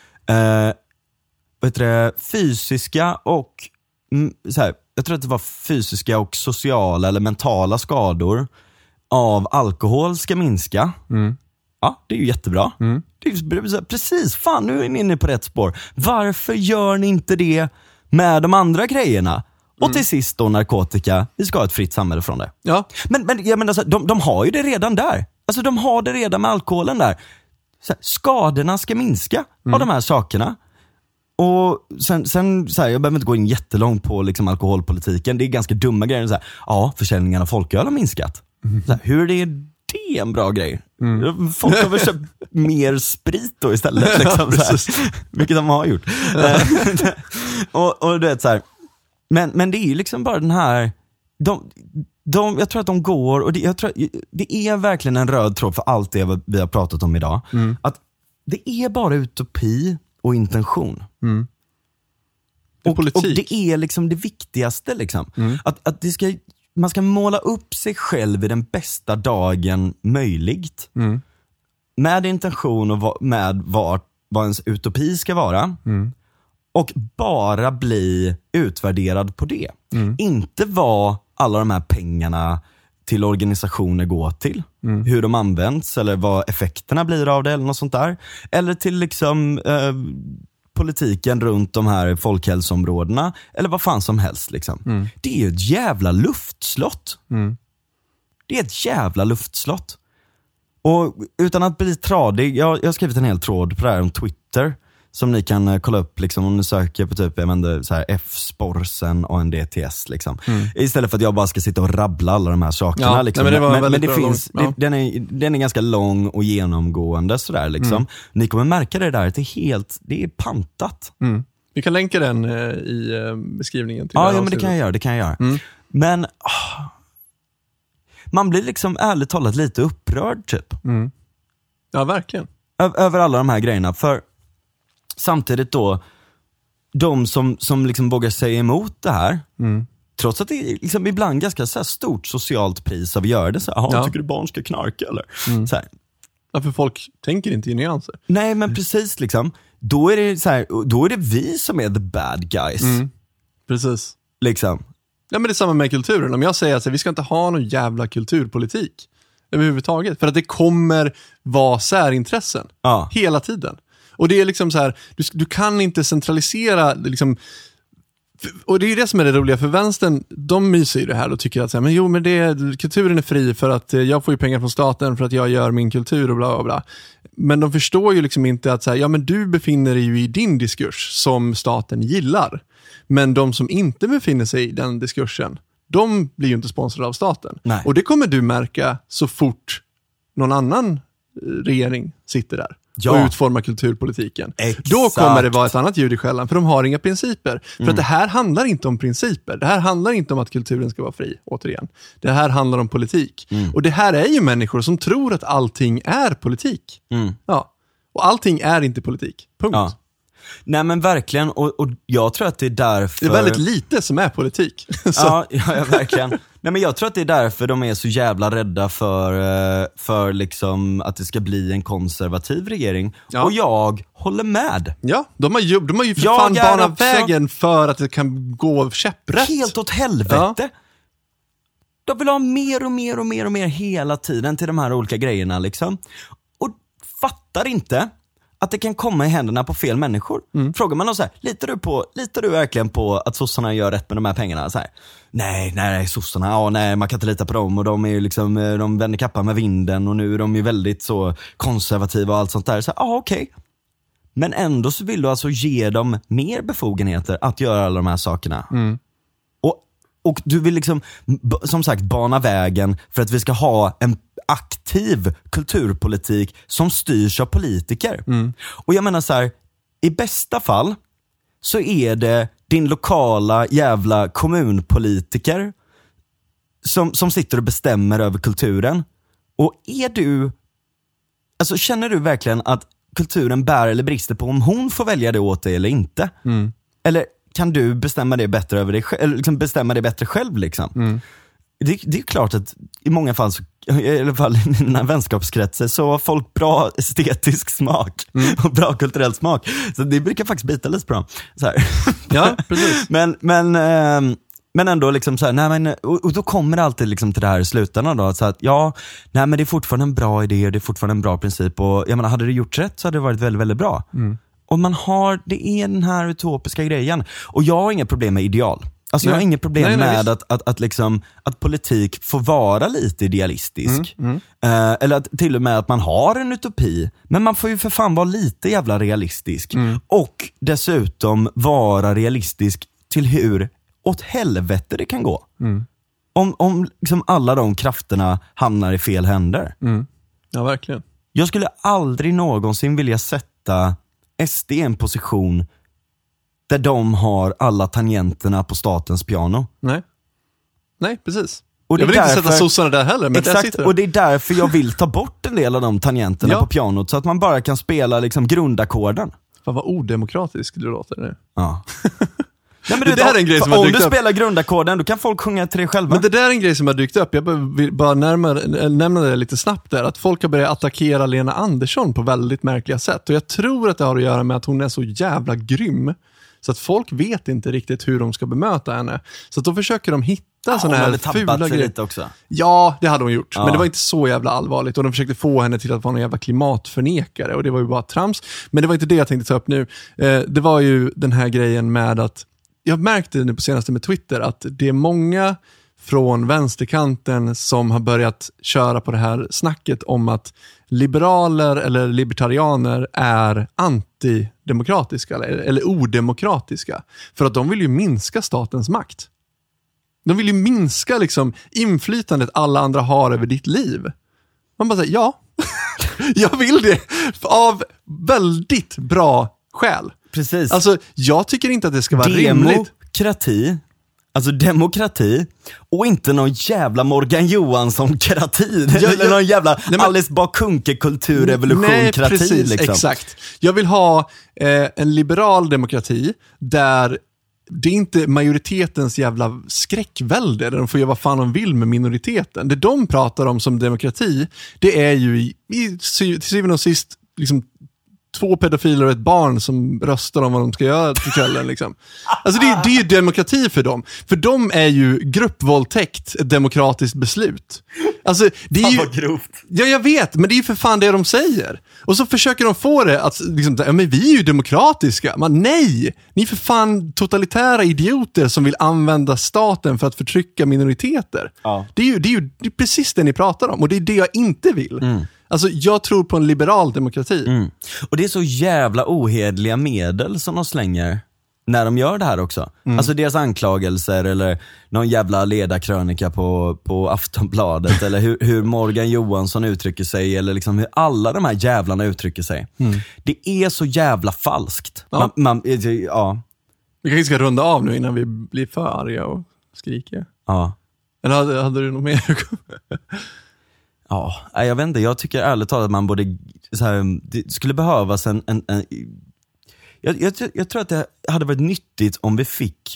Fysiska och så här, jag tror att det var fysiska och sociala eller mentala skador av alkohol ska minska. Ja, det är ju jättebra. Det är precis, fan, nu är ni inne på rätt spår. Varför gör ni inte det med de andra grejerna? Och till sist då narkotika, vi ska ha ett fritt samhälle från det. Ja. Men jag menar, de har ju det redan där. Alltså de har det redan med alkoholen där. Så här, skadorna ska minska av de här sakerna. Och sen så här, jag behöver inte gå in jättelångt på liksom alkoholpolitiken. Det är ganska dumma grejer. Så här, försäljningen av folköl har minskat. Så här, hur är det en bra grej? Folk har väl köpt mer sprit då istället. Liksom, så här, vilket de har gjort. och du vet så här. Men det är ju liksom bara den här... jag tror att de går... Och det är verkligen en röd tråd för allt det vi har pratat om idag. Att det är bara utopi och intention. Och det är liksom det viktigaste. Liksom. Att det ska... Man ska måla upp sig själv i den bästa dagen möjligt. Med intention och med vad ens utopi ska vara. Och bara bli utvärderad på det. Inte vad alla de här pengarna till organisationer går till. Hur de används eller vad effekterna blir av det eller något sånt där. Eller till liksom... politiken runt de här folkhälsoområdena eller vad fan som helst liksom. Det är ju ett jävla luftslott. Det är ett jävla luftslott. Och utan att bli tradig, jag har skrivit en hel tråd på det här om Twitter som ni kan kolla upp liksom, om ni söker på typ så här F-sporsen och ANDTS liksom. Istället för att jag bara ska sitta och rabbla alla de här sakerna liksom. Men det finns den är ganska lång och genomgående sådär liksom. Ni kommer märka det där, det är pantat. Vi kan länka den i beskrivningen till men det kan jag göra. Men man blir liksom ärligt talat lite upprörd typ. Ja, verkligen. Över alla de här grejerna, för samtidigt då de som liksom vågar säga emot det här, trots att det är liksom ibland ganska så här stort socialt pris av att göra det så här, tycker du barn ska knarka eller? Så här. Ja, för folk tänker inte i nyanser. Nej, men precis liksom. Då är det så här, då är det vi som är the bad guys. Precis. Liksom. Ja, men det är samma med kulturen. Om jag säger att vi ska inte ha någon jävla kulturpolitik överhuvudtaget, för att det kommer vara särintressen hela tiden. Och det är liksom så här, du kan inte centralisera liksom, och det är det som är det roliga för vänstern. De myser ju det här och tycker att så här, men kulturen är fri för att jag får ju pengar från staten för att jag gör min kultur och bla bla bla. Men de förstår ju liksom inte att så här, men du befinner dig ju i din diskurs som staten gillar. Men de som inte befinner sig i den diskursen, de blir ju inte sponsrade av staten. Nej. Och det kommer du märka så fort någon annan regering sitter där. och utforma kulturpolitiken. Exakt. Då kommer det vara ett annat ljud i skällan, för de har inga principer. För att det här handlar inte om principer. Det här handlar inte om att kulturen ska vara fri, återigen. Det här handlar om politik. Och det här är ju människor som tror att allting är politik. Ja. Och allting är inte politik. Punkt. Ja. Nej men verkligen, och jag tror att det är därför... Det är väldigt lite som är politik. Ja, verkligen. Nej men jag tror att det är därför de är så jävla rädda för liksom att det ska bli en konservativ regering. Ja. Och jag håller med. Ja, de har ju för fan banat vägen för att det kan gå käpprätt. Helt åt helvete. Ja. De vill ha mer och mer och mer och mer hela tiden till de här olika grejerna liksom. Och fattar inte att det kan komma i händerna på fel människor. Frågar man dem så här, litar du verkligen på att sossarna gör rätt med de här pengarna? Så här, nej, sossarna, nej, man kan inte lita på dem. Och de är ju liksom, de vänder kappan med vinden. Och nu är de ju väldigt så konservativa och allt sånt där. Så okej. Men ändå så vill du alltså ge dem mer befogenheter att göra alla de här sakerna. Och du vill liksom, som sagt, bana vägen för att vi ska ha en aktiv kulturpolitik som styrs av politiker. Och jag menar så här, i bästa fall så är det din lokala jävla kommunpolitiker som sitter och bestämmer över kulturen. Och känner du verkligen att kulturen bär eller brister på om hon får välja det åt dig eller inte? Eller kan du bestämma det bättre över dig, eller liksom bestämma det bättre själv liksom? Det är klart att i många fall, i alla fall i mina vänskapskretsar, så har folk bra estetisk smak och bra kulturell smak. Så det brukar faktiskt bita lite bra. Så här. Ja, precis. Men ändå liksom så här, och då kommer det alltid liksom till det här i slutändan då, så att men det är fortfarande en bra idé och det är fortfarande en bra princip, och jag menar, hade det gjort rätt så hade det varit väldigt, väldigt bra. Och det är den här utopiska grejen. Och jag har inga problem med ideal. Alltså jag har inget problem med att politik får vara lite idealistisk. Eller till och med att man har en utopi. Men man får ju för fan vara lite jävla realistisk. Och dessutom vara realistisk till hur åt helvete det kan gå. Om liksom alla de krafterna hamnar i fel händer. Ja, verkligen. Jag skulle aldrig någonsin vilja sätta SD i en position där de har alla tangenterna på statens piano. Nej, precis. Och jag vill inte sätta sossarna där heller, men exakt, där sitter det. Och det är därför jag vill ta bort en del av de tangenterna på pianot, så att man bara kan spela liksom grundackorden. Fan vad odemokratisk du låter nu. Ja. Nej, men det här är en grej som om du spelar grundackorden, då kan folk sjunga till dig själva. Men det där är en grej som har dykt upp. Jag vill bara nämna det lite snabbt där. Att folk har börjat attackera Lena Andersson på väldigt märkliga sätt. Och jag tror att det har att göra med att hon är så jävla grym. Så att folk vet inte riktigt hur de ska bemöta henne. Så att då försöker de hitta såna här fula grejer. Lite också. Ja, det hade hon gjort. Men det var inte så jävla allvarligt. Och de försökte få henne till att vara en jävla klimatförnekare. Och det var ju bara trams. Men det var inte det jag tänkte ta upp nu. Det var ju den här grejen med att jag märkte nu på senaste med Twitter att det är många från vänsterkanten som har börjat köra på det här snacket om att liberaler eller libertarianer är antidemokratiska eller odemokratiska. För att de vill ju minska statens makt. De vill ju minska liksom inflytandet alla andra har över ditt liv. Man bara säger ja, jag vill det av väldigt bra skäl. Precis. Alltså, jag tycker inte att det ska vara rimligt. Demokrati och inte någon jävla Morgan Johansson-krati eller någon jävla Alice Bah Kuhnke-kulturrevolution-krati. Precis, liksom. Exakt. Jag vill ha en liberal demokrati där det är inte majoritetens jävla skräckvälde där de får göra vad fan de vill med minoriteten. Det de pratar om som demokrati, det är ju till syvende och sist liksom 2 pedofiler och ett barn som röstar om vad de ska göra till kvällen liksom. Alltså det är ju demokrati för dem. För dem är ju gruppvåldtäkt ett demokratiskt beslut. Alltså det är ju grovt. Ja, jag vet, men det är ju för fan det de säger. Och så försöker de få det att liksom, ja, men vi är ju demokratiska. Men nej, ni är för fan totalitära idioter som vill använda staten för att förtrycka minoriteter. Ja. Det är ju precis det ni pratar om, och det är det jag inte vill. Alltså jag tror på en liberal demokrati. Och det är så jävla ohederliga medel som de slänger. när de gör det här också. Alltså deras anklagelser eller någon jävla ledarkrönika på Aftonbladet eller hur Morgan Johansson uttrycker sig eller liksom hur alla de här jävlarna uttrycker sig. Det är så jävla falskt. Ja. Ja. Vi kanske ska runda av nu innan vi blir för arga och skriker. Ja. Eller hade du något mer? Ja, jag vet inte. Jag tycker ärligt talat att man borde så här, det skulle behövas jag tror att det hade varit nyttigt om vi fick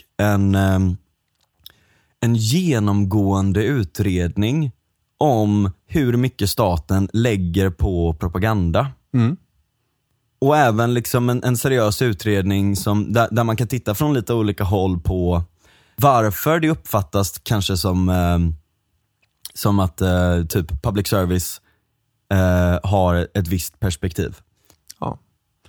en genomgående utredning om hur mycket staten lägger på propaganda. Och även liksom en seriös utredning där man kan titta från lite olika håll på varför det uppfattas kanske som att typ public service har ett visst perspektiv. Ja.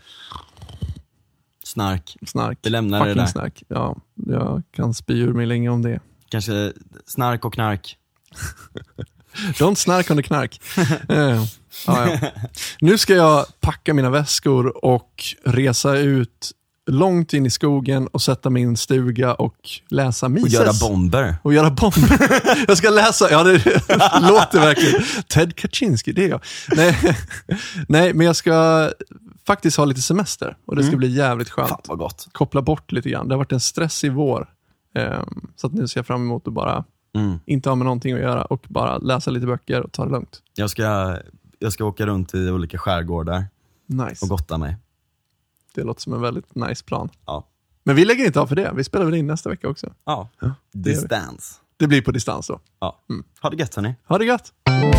Snark. Vi lämnar det där. Snark. Ja, jag kan spy ur mig länge om det. Kanske snark och knark. Don't snark under knark. Ja. Nu ska jag packa mina väskor och resa ut långt in i skogen och sätta min stuga och läsa Mises. Och göra bomber. Jag ska läsa, ja det låter verkligen. Ted Kaczynski, det är jag. Nej, men jag ska faktiskt ha lite semester och det ska bli jävligt skönt. Fan vad gott. Koppla bort lite grann. Det har varit en stressig vår. Så att nu ser jag fram emot att bara inte ha med någonting att göra och bara läsa lite böcker och ta det lugnt. Jag ska åka runt i olika skärgårdar. Nice. Och gotta mig. Det låter som en väldigt nice plan. Ja. Men vi lägger inte av för det. Vi spelar väl in nästa vecka också. Ja. Distans. Det blir på distans då. Ja. Ha det gött hörni. Ha det gött.